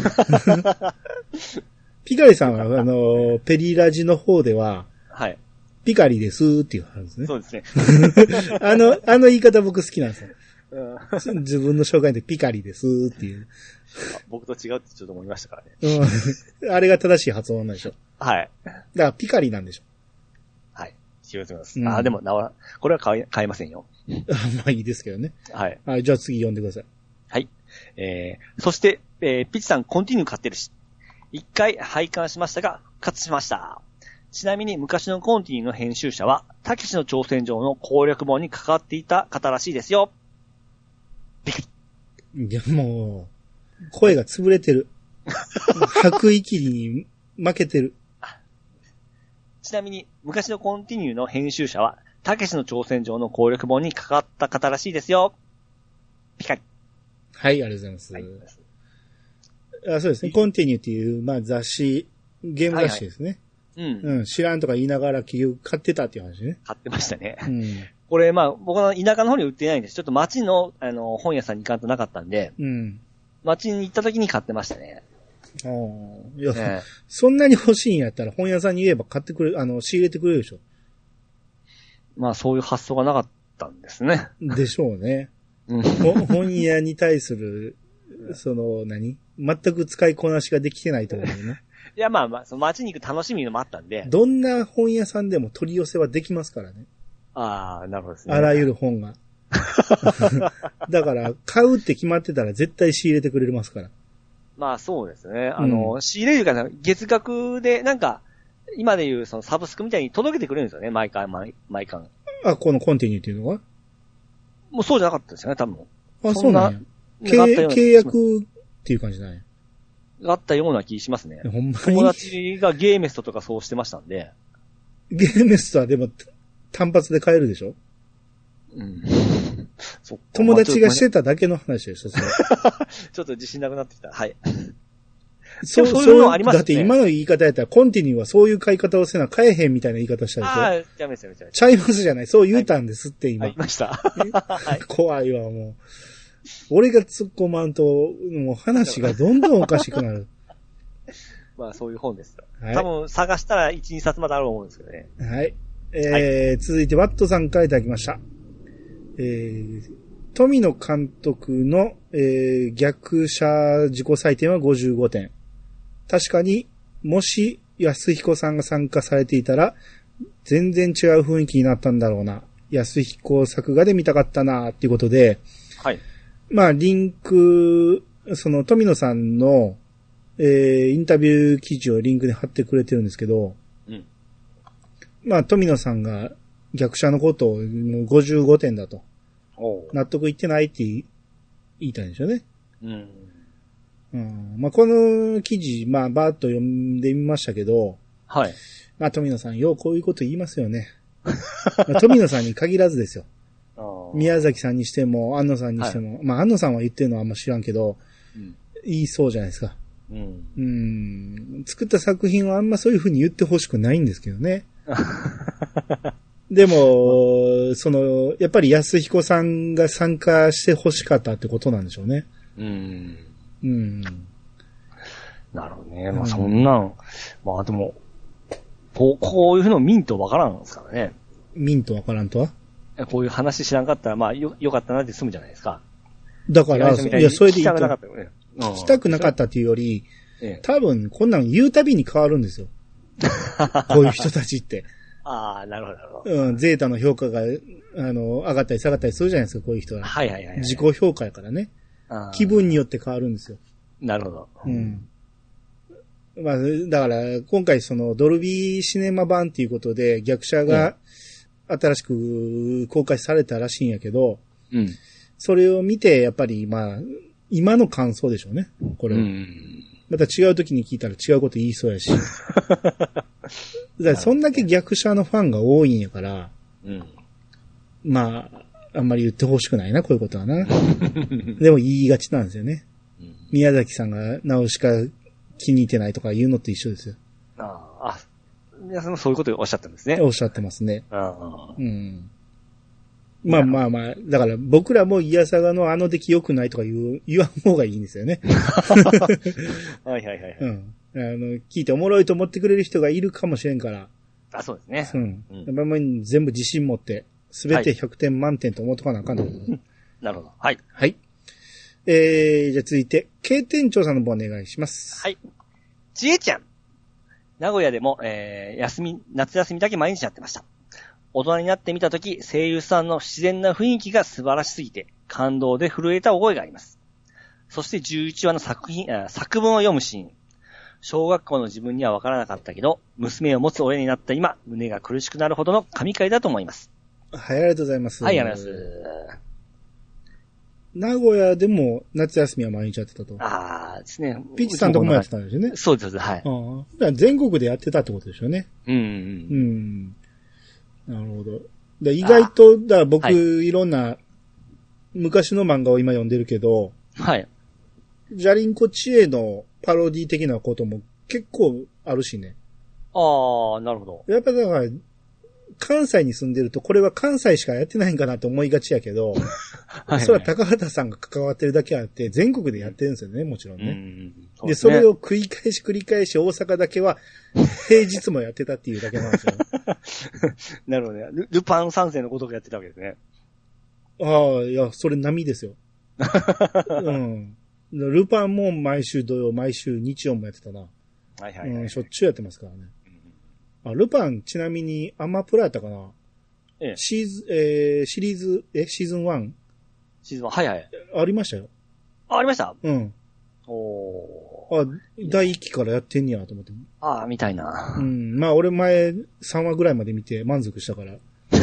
ピカリさんは、ペリラジの方では、 はい。 ピカリですって言うんですね。 そうですね。 あの言い方僕好きなんですよ。自分の紹介でピカリですっていう。 僕と違うってちょっと思いましたからね。 あれが正しい発音なんでしょ。 はい。 だからピカリなんでしょ。 はい。違います。でもこれは買えませんよ。 まあいいですけどね。 はい。 はい、じゃあ次読んでください。 はい。そして、ピチさんコンティニュー買ってるし、一回拝観しましたが、復活しました。ちなみに昔のコンティニューの編集者は、たけしの挑戦状の攻略本に関わっていた方らしいですよ。ピカリ。 いやもう、声が潰れてる。吐く息に負けてる。 ちなみに、昔のコンティニューの編集者は、たけしの挑戦状の攻略本に関わった方らしいですよ。ピカリ。はい、 ありがとうございます。はい、そうですね。コンティニューっていう、まあ雑誌、ゲーム雑誌ですね。知らんとか言いながら結局買ってたっていう話ね。 買ってましたね。これまあ、僕の田舎の方に売ってないんです。ちょっと町の、本屋さんに行かんとなかったんで、町に行った時に買ってましたね。 いや、そんなに欲しいんやったら本屋さんに言えば買ってくれ、仕入れてくれるでしょ。 まあそういう発想がなかったんですね。 でしょうね。本屋に対する、全く使いこなしができてないと思うね。 いやまあその街に行く楽しみのもあったんで。 どんな本屋さんでも取り寄せはできますからね。 ああ、なるほどですね。 あらゆる本が。だから、買うって決まってたら絶対仕入れてくれますから。 まあそうですね。仕入れるから月額で、なんか、今でいうそのサブスクみたいに届けてくれるんですよね、毎回。 このコンティニューっていうのはもうそうじゃなかったですよね、多分。 そうなんや。契約っていう感じなんや。 があったような気しますね。 ほんまに友達がゲーメストとかそうしてましたんで。 ゲーメストはでも単発で買えるでしょ？友達がしてただけの話でしょ、それ。 ちょっと自信なくなってきた。はい。 そういうのありますね。だって今の言い方やったらコンティニューはそういう買い方をせな買えへんみたいな言い方したでしょ。 やめて。 ちゃいますじゃない。そう言うたんですって今。 言いました。 怖いわ、もう。俺が突っ込まんと、もう話がどんどんおかしくなる。 まあそういう本ですよ。はい、多分探したら1、2冊まであると思うんですけどね。 はい。続いてワットさんからいただきました。富野監督の、逆者自己採点は55点。確かに、もし安彦さんが参加されていたら、全然違う雰囲気になったんだろうな。安彦作画で見たかったな、っていうことで、 はい。 まあ、リンク、富野さんの、インタビュー記事をリンクで貼ってくれてるんですけど、まあ、富野さんが逆者のことを55点だと。納得いってないって言いたいんでしょうね。まあ、この記事、まあ、バーッと読んでみましたけど、 はい。 まあ、富野さん、ようこういうこと言いますよね。まあ、富野さんに限らずですよ。宮崎さんにしても、安野さんにしても、はい、まあ、安野さんは言ってるのはあんま知らんけど、言いそうじゃないですか。作った作品はあんまそういう風に言ってほしくないんですけどね。でも、やっぱり安彦さんが参加してほしかったってことなんでしょうね。 なるほどね。まあそんなん、まあでも、こういうふうのミントわからんですからね。 ミントわからんとは？ こういう話知らんかったら、まあよかったなって済むじゃないですか。 だから、いや、それでいいと。聞きたくなかったっていうより、 多分こんなの言うたびに変わるんですよ。こういう人たちって。 ああ、なるほど、なるほど。うん、ゼータの評価が、上がったり下がったりするじゃないですか、こういう人は。 はいはいはい、はい。 自己評価やからね。気分によって変わるんですよ。 なるほど。 うん。まあ、だから、今回そのドルビーシネマ版っていうことで、逆者が新しく公開されたらしいんやけど、 うん。 それを見て、やっぱりまあ、今の感想でしょうね、これ。うん。また違う時に聞いたら違うこと言いそうやし。だからそんだけ逆者のファンが多いんやから、うん。まあ、あんまり言ってほしくないな、こういうことはな。でも言いがちなんですよね。うん、宮崎さんがナウシカ気に入ってないとか言うのって一緒ですよ。 あ、皆さんもそういうことをおっしゃったんですね。 おっしゃってますね。うん。まあまあまあ、だから僕らもイヤサガの出来良くないとか言わん方がいいんですよね。 はいはいはい、はい。 うん。聞いておもろいと思ってくれる人がいるかもしれんから。 あ、そうですね。 うん。うん、全部自信持って、すべて100点満点と思っとかなあかんの、はい、 なるほど。はい。 はい。じゃあ続いて、K店長さんの方お願いします。 はい。ちえちゃん。名古屋でも、夏休みだけ毎日やってました。大人になってみたとき、声優さんの自然な雰囲気が素晴らしすぎて、感動で震えた覚えがあります。そして11話の作文を読むシーン。小学校の自分には分からなかったけど、娘を持つ親になった今、胸が苦しくなるほどの神回だと思います。 はい、ありがとうございます。 はい、ありがとうございます。 名古屋でも夏休みは毎日やってたと。 ああ、ですね。 ピッチさんとこもやってたんですよね。 そうです、はい。 全国でやってたってことでしょうね。 うん。 なるほど。意外と、僕、はい、いろんな、昔の漫画を今読んでるけど、 はい。 ジャリンコ知恵のパロディ的なことも結構あるしね。 ああ、なるほど。 やっぱだから、関西に住んでると、これは関西しかやってないんかなと思いがちやけど、はい、それは高畑さんが関わってるだけあって、全国でやってるんですよね、もちろんね。で、それを繰り返し、大阪だけは、平日もやってたっていうだけなんですよ。 なるほどね。ルパン三世のことをやってたわけですね。 ああ、いや、それ並みですよ。うん。ルパンも毎週土曜、毎週日曜もやってたな。 はいはい、はい、 しょっちゅうやってますからね。ルパン、ちなみに、アマプラやったかな、シーズン 1? シーズン1、はいはい。 ありましたよ。 ありました？ うん。第1期からやってんねやと思って。 みたいな。 うん。まあ、俺前3話ぐらいまで見て満足したから。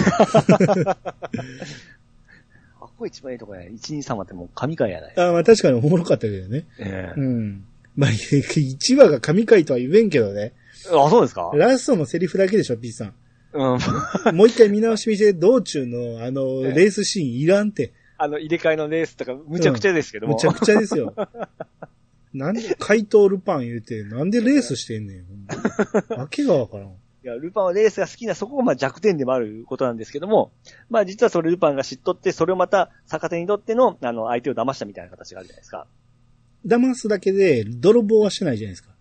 ここ一番いいとこやね。1、2、3話ってもう神回やない。 まあ確かにおもろかったけどね。うん。まあ、1話が神回とは言えんけどね。 あ、そうですか？ ラストのセリフだけでしょ、ピッチさん。 うん。 もう一回見直し見て、道中のレースシーンいらんって。 入れ替えのレースとか、むちゃくちゃですけども。 むちゃくちゃですよ。なんで、怪盗ルパン言うて、なんでレースしてんねん。わけがわからん。 いや、ルパンはレースが好きな、そこがまあ弱点でもあることなんですけども、まあ実はそれルパンが知っとって、それをまた逆手にとっての、相手を騙したみたいな形があるじゃないですか。 騙すだけで、泥棒はしてないじゃないですか。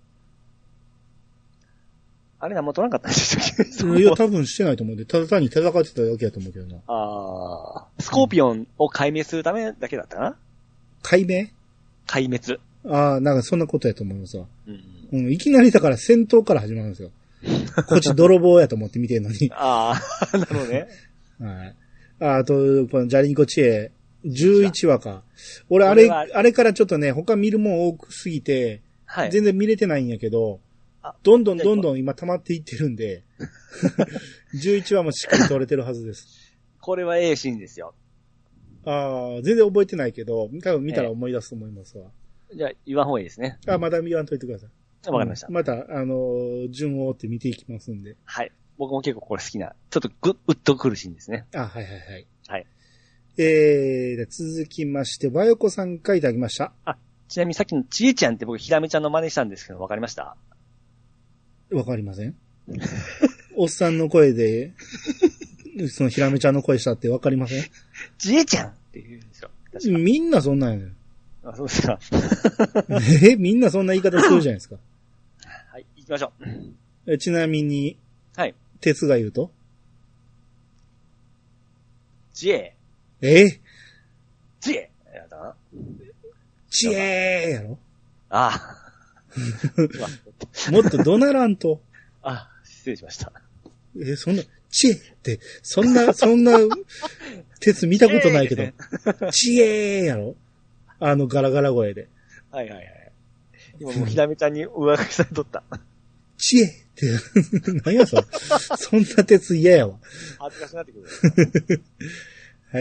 あれ何も取らなかったんでしたっけ？ いや、多分してないと思うんで、ただ単に戦ってただけだと思うけどな。 スコーピオンを壊滅するためだけだったかな？ 壊滅？ 壊滅。 なんかそんなことやと思いますわ。いきなりだから戦闘から始まるんですよ。こっち泥棒やと思って見てるのに。 なるほどね。 はい。あと、このジャリンコ知恵、11話か。俺、あれからちょっとね、他見るもん多くすぎて、はい、全然見れてないんやけど、どんどん今溜まっていってるんで、11話もしっかり撮れてるはずです。 これはええシーンですよ。 全然覚えてないけど、多分見たら思い出すと思いますわ。 じゃあ、言わん方がいいですね。 まだ言わんといてください。 わかりました。 また、順を追って見ていきますんで。 はい。僕も結構これ好きな、ちょっとうっとくるシーンですね。 はいはいはい。 はい。 続きまして、和横さんからいただきました。 ちなみにさっきのちえちゃんって僕、ひらめちゃんの真似したんですけど、わかりました？ わかりません。おっさんの声で、そのひらめちゃんの声したってわかりません？ ちえちゃんって言うんですよ。 みんなそんなんやねん。 そうですか。 みんなそんな言い方するじゃないですか。 はい、行きましょう。 ちなみに、 はい。 鉄が言うとちえ。 ちえやろもっと怒鳴らんと。 あ、失礼しました。 そんな、チエって、そんな、鉄見たことないけど、チエーやろガラガラ声で。 はいはいはい。今もうひらめちゃんに上書きされとった。 チエって、何やそれ。そんな鉄嫌やわ。 恥ずかしくなってくる。 はい、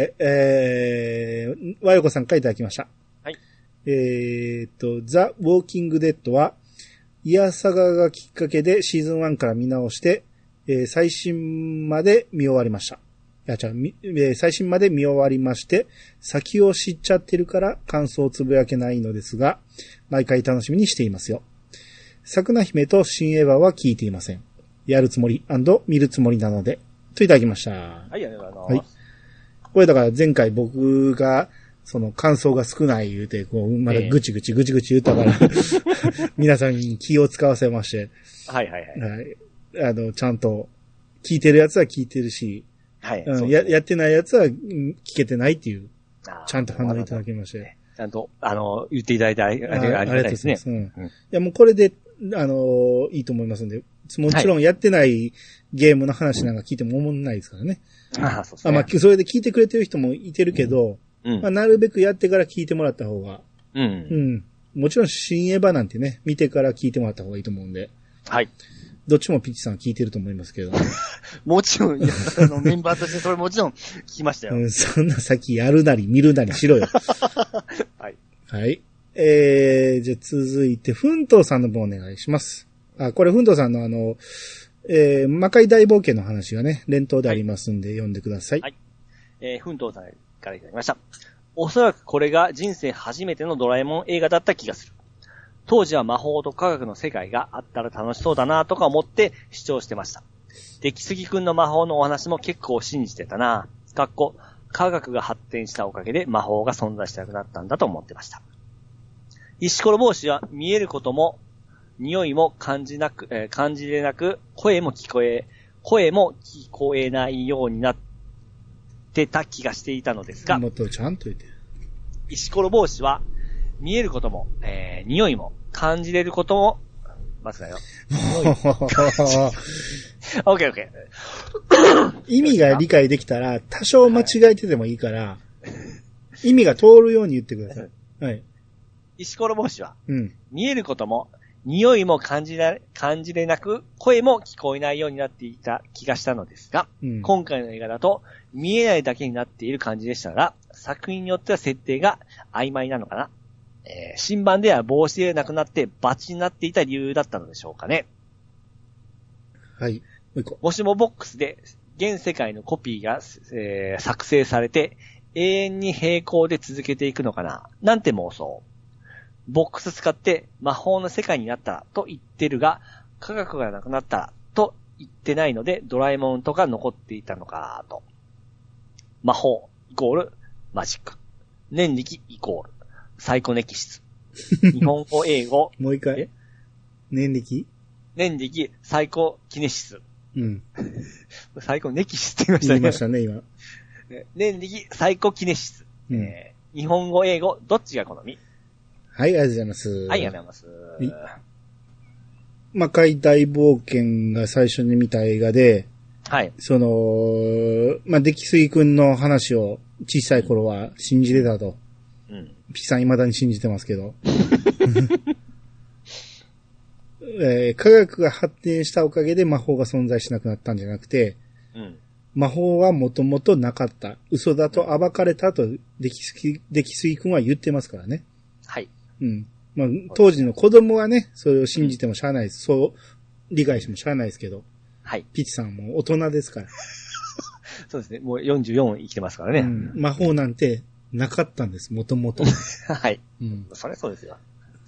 和横さんからいただきました。 はい。 ザ・ウォーキングデッドは、イヤサガがきっかけでシーズン1から見直して、最新まで見終わりました。最新まで見終わりまして、先を知っちゃってるから感想をつぶやけないのですが、毎回楽しみにしていますよ。桜姫と新エヴァは聞いていません。やるつもり&見るつもりなので、といただきました。 はい、ありがとうございます。 はい。これだから前回僕が、感想が少ない言うて、まだぐちぐち言ったから、皆さんに気を使わせまして。 はいはいはい。ちゃんと、聞いてるやつは聞いてるし、 はい。 やってないやつは聞けてないっていう、ちゃんと反応いただきまして。 ちゃんと、言っていただいてありがたいですね。 いやもうこれで、いいと思いますんで、もちろんやってないゲームの話なんか聞いても思んないですからね。 そうですね。 それで聞いてくれてる人もいてるけど、なるべくやってから聞いてもらった方が、もちろん新エヴァなんてね、見てから聞いてもらった方がいいと思うんで。 はい。 どっちもピッチさん聞いてると思いますけど。 もちろん、メンバーとしてそれもちろん聞きましたよ。 そんな先やるなり見るなりしろよ。 はい。 はい。じゃあ続いて、ふんとうさんの方お願いします。これふんとうさんの魔界大冒険の話がね、連投でありますんで、読んでください。 はい。ふんとうさんからいただきました。おそらくこれが人生初めてのドラえもん映画だった気がする。当時は魔法と科学の世界があったら楽しそうだなとか思って視聴してました。出来すぎくんの魔法のお話も結構信じてたな。科学が発展したおかげで魔法が存在しなくなったんだと思ってました。石ころ帽子は見えることも、匂いも感じれなく、声も聞こえないようになってた気がしていたのですが、 もっとちゃんと言って。 石ころ帽子は、見えることも、匂いも、感じれることも、待つなよ。オッケー。 意味が理解できたら、多少間違えててもいいから、意味が通るように言ってください。はい。 石ころ帽子は、見えることも、匂いも感じれなく、声も聞こえないようになっていた気がしたのですが、今回の映画だと、見えないだけになっている感じでしたが、作品によっては設定が曖昧なのかな。新版では帽子でなくなってバチになっていた理由だったのでしょうかね。 はい。 もしもボックスで現世界のコピーが、作成されて永遠に並行で続けていくのかななんて妄想。ボックス使って魔法の世界になったらと言ってるが、科学がなくなったらと言ってないのでドラえもんとか残っていたのかと。魔法イコールマジック。念力イコールサイコネキシス。日本語、英語。 もう一回。念力、 サイコキネシス。サイコネキシスって言いましたね。 言いましたね、今。 念力、サイコキネシス。日本語、英語、どっちが好み？ はい、ありがとうございます。 はい、ありがとうございます。 魔界大冒険が最初に見た映画で、 はい。 出来すぎくんの話を小さい頃は信じてたと。ピさん未だに信じてますけど。科学が発展したおかげで魔法が存在しなくなったんじゃなくて、魔法はもともとなかった。嘘だと暴かれたと、出来すぎくんは言ってますからね。 はい。 当時の子供はね、それを信じてもしゃあないです。そう理解してもしゃあないですけど。 はい。 ピチさんも大人ですから。 そうですね。もう44生きてますからね。 魔法なんてなかったんです、もともと。 はい。そりゃそうですよ。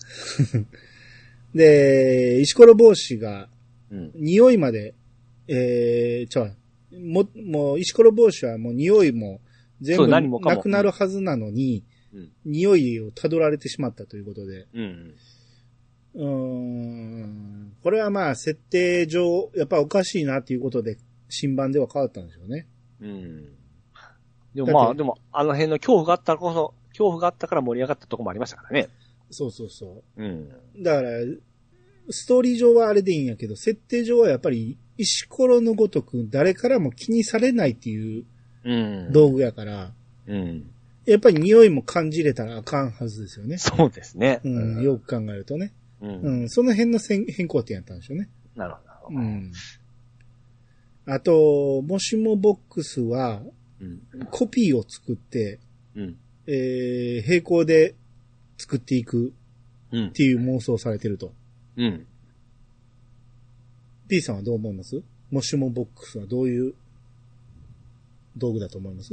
で、石ころ帽子が、匂いまで、もう石ころ帽子はもう匂いも全部なくなるはずなのに、匂いを辿られてしまったということで。これはまあ設定上、やっぱおかしいなということで、新版では変わったんでしょうね。 でもあの辺の恐怖があったから盛り上がったところもありましたからね。 そう。だから、 ストーリー上はあれでいいんやけど、設定上はやっぱり石ころのごとく誰からも気にされないっていう道具やから、うん、やっぱり匂いも感じれたらあかんはずですよね。 そうですね。 うん、よく考えるとね。うん、その辺の変更点やったんでしょうね。 なるほど。うん、 あと、もしもボックスは、コピーを作って、並行で作っていくっていう妄想されてると。うん。P さんはどう思います？もしもボックスはどういう道具だと思います？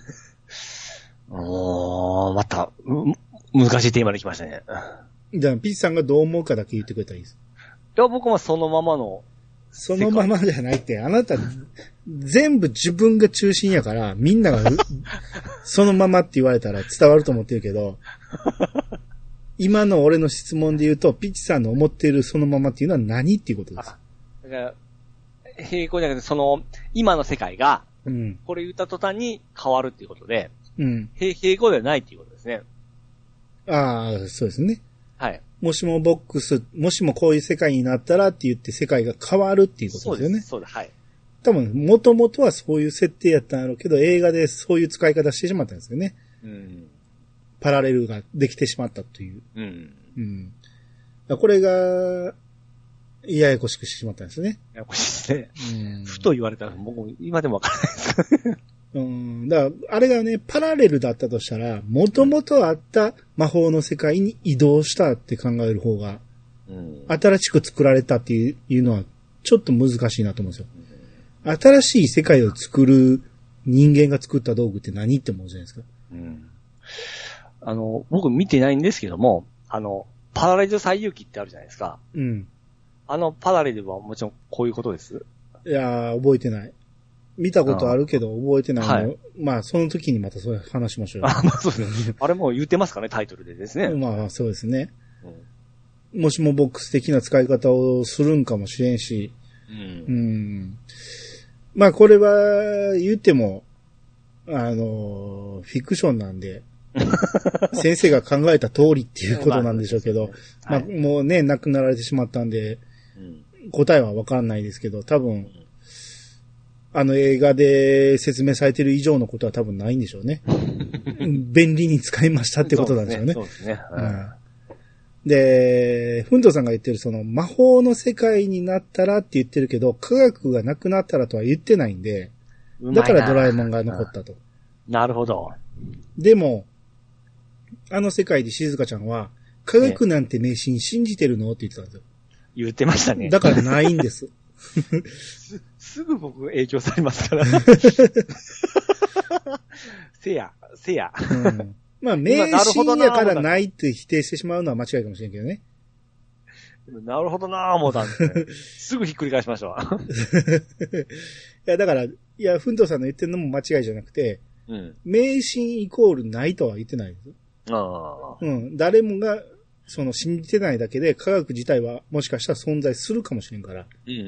また、難しいテーマできましたね。 じゃあ、P さんがどう思うかだけ言ってくれたらいいです。 いや、僕はそのままの。 そのままじゃないって、あなた、全部自分が中心やから、みんなが、そのままって言われたら伝わると思ってるけど、今の俺の質問で言うと、ピッチさんの思っているそのままっていうのは何っていうことです。 だから、並行じゃなくて、今の世界が、これ言った途端に変わるっていうことで、並行ではないっていうことですね。 ああ、そうですね。 はい。 もしもボックス、もしもこういう世界になったらって言って世界が変わるっていうことですよね。 そうです、はい。 多分、元々はそういう設定やったんやろうけど、映画でそういう使い方してしまったんですよね。パラレルができてしまったという。これが、ややこしくしてしまったんですね。 ややこしいですね。ふと言われたら、僕、今でもわからないですかね。 だから、あれがね、パラレルだったとしたら、元々あった魔法の世界に移動したって考える方が、新しく作られたっていうのは、ちょっと難しいなと思うんですよ。新しい世界を作る人間が作った道具って何って思うじゃないですか。 僕見てないんですけども、パラレル最遊記ってあるじゃないですか。パラレルはもちろんこういうことです。 いやー、覚えてない。見たことあるけど覚えてないの。はい、まあ、その時にまたそれ話しましょうよ。 まあそうですね。あれもう言ってますかね、タイトルでですね。 まあ、そうですね。もしもボックス的な使い方をするんかもしれんし。まあ、これは言っても、フィクションなんで、先生が考えた通りっていうことなんでしょうけど、まあ、もうね、亡くなられてしまったんで、答えはわかんないですけど、多分、映画で説明されてる以上のことは多分ないんでしょうね。便利に使いましたってことなんでしょうね。そうですね。で、ふんとさんが言ってるその魔法の世界になったらって言ってるけど、科学がなくなったらとは言ってないんで、だからドラえもんが残ったと。 なるほど。 でも、あの世界で静香ちゃんは、科学なんて迷信信じてるのって言ってたんですよ。 言ってましたね。 だからないんです。 すぐ僕影響されますから。せや。 まあ、迷信やからないって否定してしまうのは間違いかもしれんけどね。 なるほどなぁ思ったんですね。すぐひっくり返しましたわ。 いや、だから、いや、ふんとさんの言ってるのも間違いじゃなくて、迷信イコールないとは言ってないです。誰もが、信じてないだけで科学自体はもしかしたら存在するかもしれんから。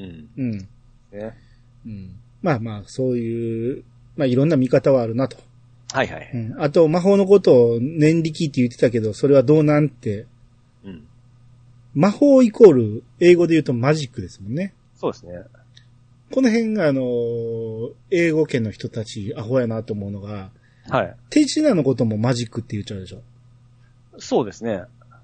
まあまあ、そういう、まあいろんな見方はあるなと。 はいはい。 あと、魔法のことを念力って言ってたけど、それはどうなんて。魔法イコール、英語で言うとマジックですもんね。 そうですね。 この辺が英語圏の人たち、アホやなと思うのが、 はい。 手品のこともマジックって言っちゃうでしょ。 そうですね。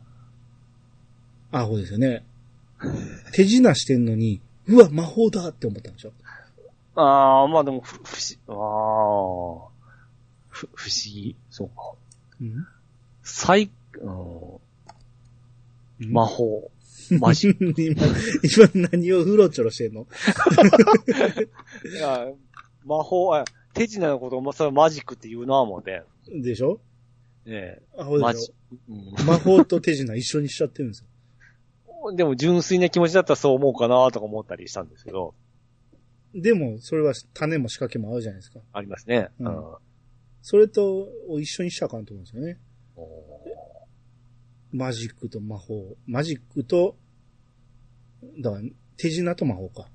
アホですよね。手品してんのに、うわ、魔法だって思ったんでしょ。 まあでも、不思議。そうか。魔法。マジック。 今何をうろちょろしてんのいや魔法、手品のことをそれマジックって言うな思うて。 でしょマジ、 魔法と手品一緒にしちゃってるんですよ。でも純粋な気持ちだったらそう思うかなとか思ったりしたんですけど。 でも、それは種も仕掛けもあるじゃないですか。 ありますね。 それと一緒にしたらあかんと思うんですよね。マジックと魔法。マジックと、だから、手品と魔法か。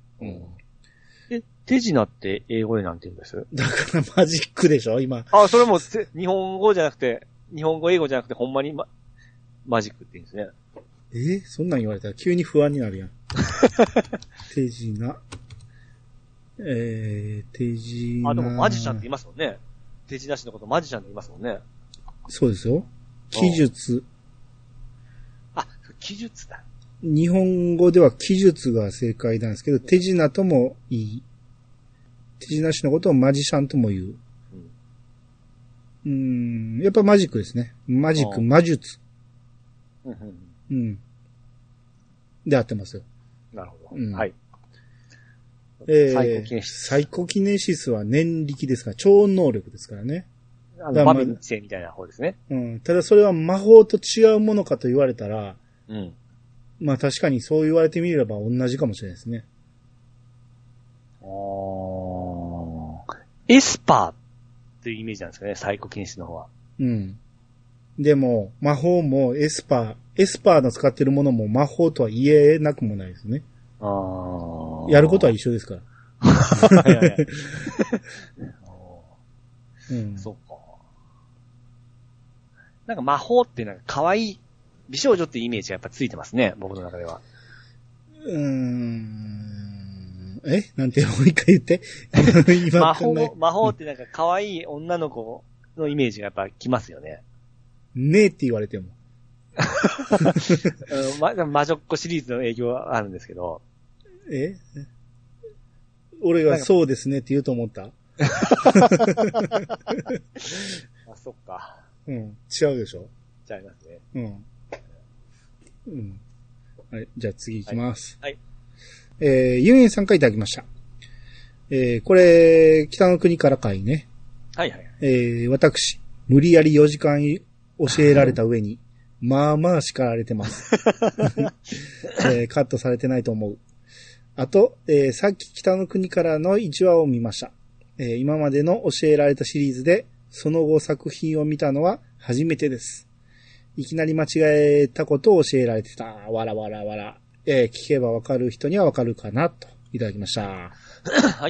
手品って英語でなんて言うんです？ だからマジックでしょ今。 それも日本語じゃなくて、日本語英語じゃなくてほんまにマジックって言うんですね。 そんなん言われたら急に不安になるやん。手品。手品。 でもマジシャンって言いますもんね。手品師のことマジシャンって言いますもんね。 そうですよ。記述。 記述だ。 日本語では記述が正解なんですけど、手品ともいい。手品師のことをマジシャンとも言う。やっぱマジックですね。マジック、魔術。で合ってますよ。 なるほど。はい。 サイコキネシスは念力ですから、超能力ですからね。 バビル性みたいな方ですね。 ただそれは魔法と違うものかと言われたら、まあ確かにそう言われてみれば同じかもしれないですね。 エスパーっていうイメージなんですかね、サイコキネシスの方は。 でも、魔法もエスパーの使ってるものも魔法とは言えなくもないですね。やることは一緒ですから。 そうか。なんか魔法ってなんか可愛い美少女ってイメージがやっぱついてますね、僕の中では。 なんてもう一回言って。 魔法ってなんか可愛い女の子のイメージがやっぱきますよね。 ねえって言われても。 魔女っ子シリーズの営業はあるんですけど。 俺がそうですねって言うと思ったそっか。 違うでしょ。 違いますね。 はい、じゃあ次行きます。 はい。 ユンエンさんからいただきました。これ、北の国から会ね。 はいはい。 私、無理やり4時間教えられた上に、まあまあ叱られてます。カットされてないと思う。あと、さっき北の国からの1話を見ました。今までの教えられたシリーズで、その後作品を見たのは初めてです。いきなり間違えたことを教えられてた。わらわらわら。聞けばわかる人にはわかるかな、といただきました。 はい。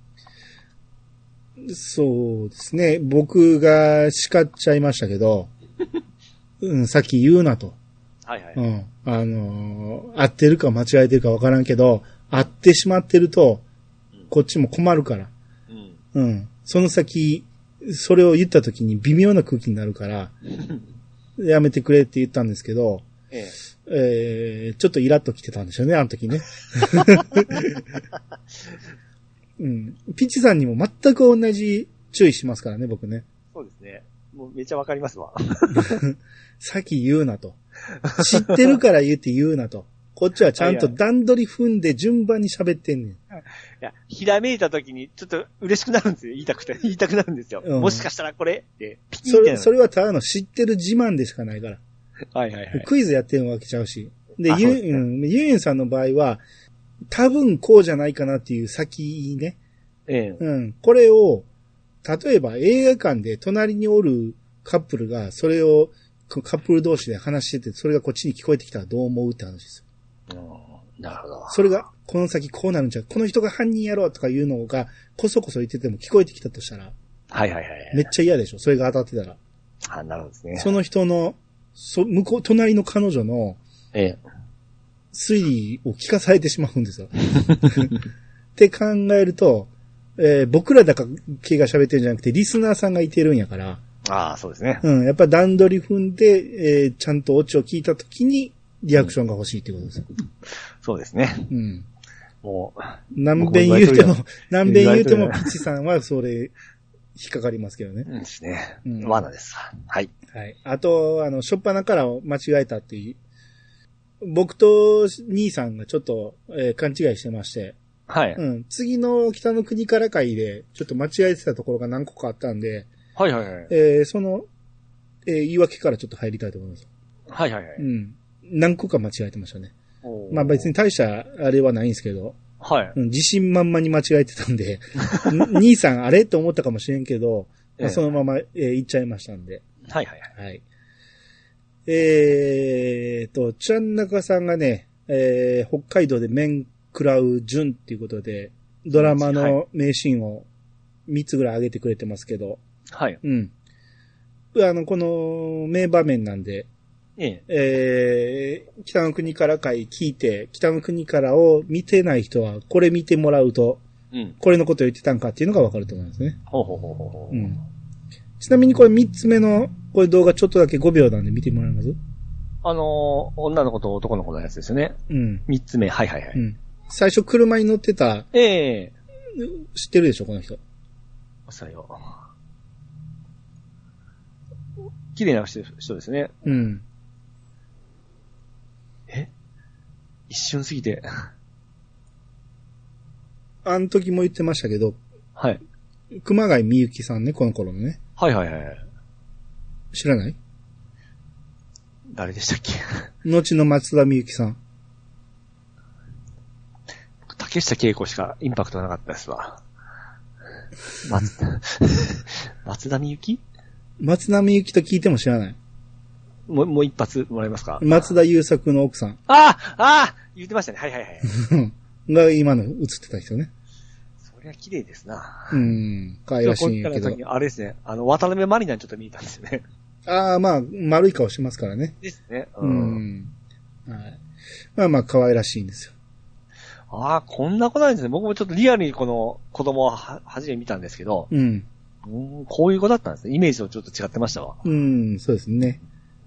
そうですね。僕が叱っちゃいましたけど、さっき言うなと。 はいはい。 合ってるか間違えてるかわからんけど、合ってしまってると、こっちも困るから。その先、それを言った時に微妙な空気になるから、やめてくれって言ったんですけど、ちょっとイラッと来てたんでしょうね、あの時ね。ピッチさんにも全く同じ注意しますからね、僕ね。 そうですね。もうめっちゃわかりますわ。 さっき言うなと。知ってるから言って言うなと。こっちはちゃんと段取り踏んで順番に喋ってんねん。いや、ひらめいた時にちょっと嬉しくなるんですよ。言いたくなるんですよ。もしかしたらこれってピキンってそれはただの知ってる自慢でしかないから。 はいはいはい。 クイズやってるわけちゃうし。で、ゆえんさんの場合は、多分こうじゃないかなっていう先ね。これを、例えば映画館で隣におるカップルが、それをカップル同士で話してて、それがこっちに聞こえてきたらどう思うって話ですよ。なるほど。 それが、この先こうなるんじゃ、この人が犯人やろうとかいうのが、こそこそ言ってても聞こえてきたとしたら、 はいはいはい。 めっちゃ嫌でしょ、それが当たってたら。 なるほどですね。 その人の、隣の彼女の、推理を聞かされてしまうんですよ。って考えると、僕らだけが喋ってるんじゃなくて、リスナーさんがいてるんやから。 そうですね。 やっぱ段取り踏んで、ちゃんとオチを聞いたときに、リアクションが欲しいってことですよ。 そうですね。もう、 何遍言うても、ピッチさんはそれ、引っかかりますけどね。 ですね。罠です。はい。 はい。あと、初っ端から間違えたっていう、僕と兄さんがちょっと、勘違いしてまして。 はい。 次の北の国から会で、ちょっと間違えてたところが何個かあったんで、 はいはいはい。 その、言い訳からちょっと入りたいと思います。 はいはいはい。 何個か間違えてましたね。まあ別に大したあれはないんですけど、 はい。 自信満々に間違えてたんで、兄さんあれと思ったかもしれんけど、そのまま、言っちゃいましたんで。 はいはいはい。 はい。ちゃんなかさんがね、北海道で麺食らう順っていうことで、ドラマの名シーンを3つぐらい上げてくれてますけど、 はい。 この名場面なんで、 北の国から回聞いて、北の国からを見てない人は、これ見てもらうと、これのことを言ってたんかっていうのがわかると思いますね。ちなみにこれ3つ目の、これ動画ちょっとだけ5秒なんで見てもらえます？ 女の子と男の子のやつですよね。3つ目、はい。 最初車に乗ってた、知ってるでしょ、この人。 そうよ。綺麗な人ですね。一瞬過ぎて。 あの時も言ってましたけど、 はい。 熊谷みゆきさんね、この頃のね。 はい。 知らない？ 誰でしたっけ？ 後の松田みゆきさん。 竹下恵子しかインパクトなかったですわ。松田みゆき？ 松田みゆきと聞いても知らない。 もう一発もらえますか？ 松田優作の奥さん。 言ってましたね。はい。 が今の映ってた人ね。 そりゃ綺麗ですな。 可愛らしいんやけど。 あれですね。渡辺満里奈にちょっと見えたんですよね。 まあ、丸い顔してますからね。 ですね。 はい。まあ、可愛らしいんですよ。 こんな子なんですね。僕もちょっとリアルにこの子供を初め見たんですけど。こういう子だったんですね。イメージとちょっと違ってましたわ。 そうですね。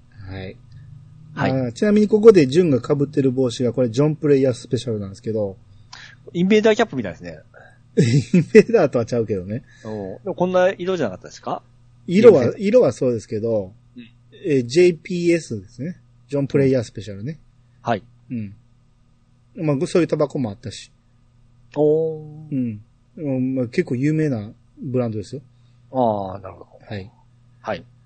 はい。ちなみにここでジュンが被ってる帽子がこれジョンプレイヤースペシャルなんですけど。 インベーダーキャップみたいですね。 インベーダーとはちゃうけどね。 でもこんな色じゃなかったですか？ 色はそうですけど、JPS ですね。ジョンプレイヤースペシャルね。 はい。 まあ、そういうタバコもあったし。まあ、結構有名なブランドですよ。 なるほど。 はい。 はい。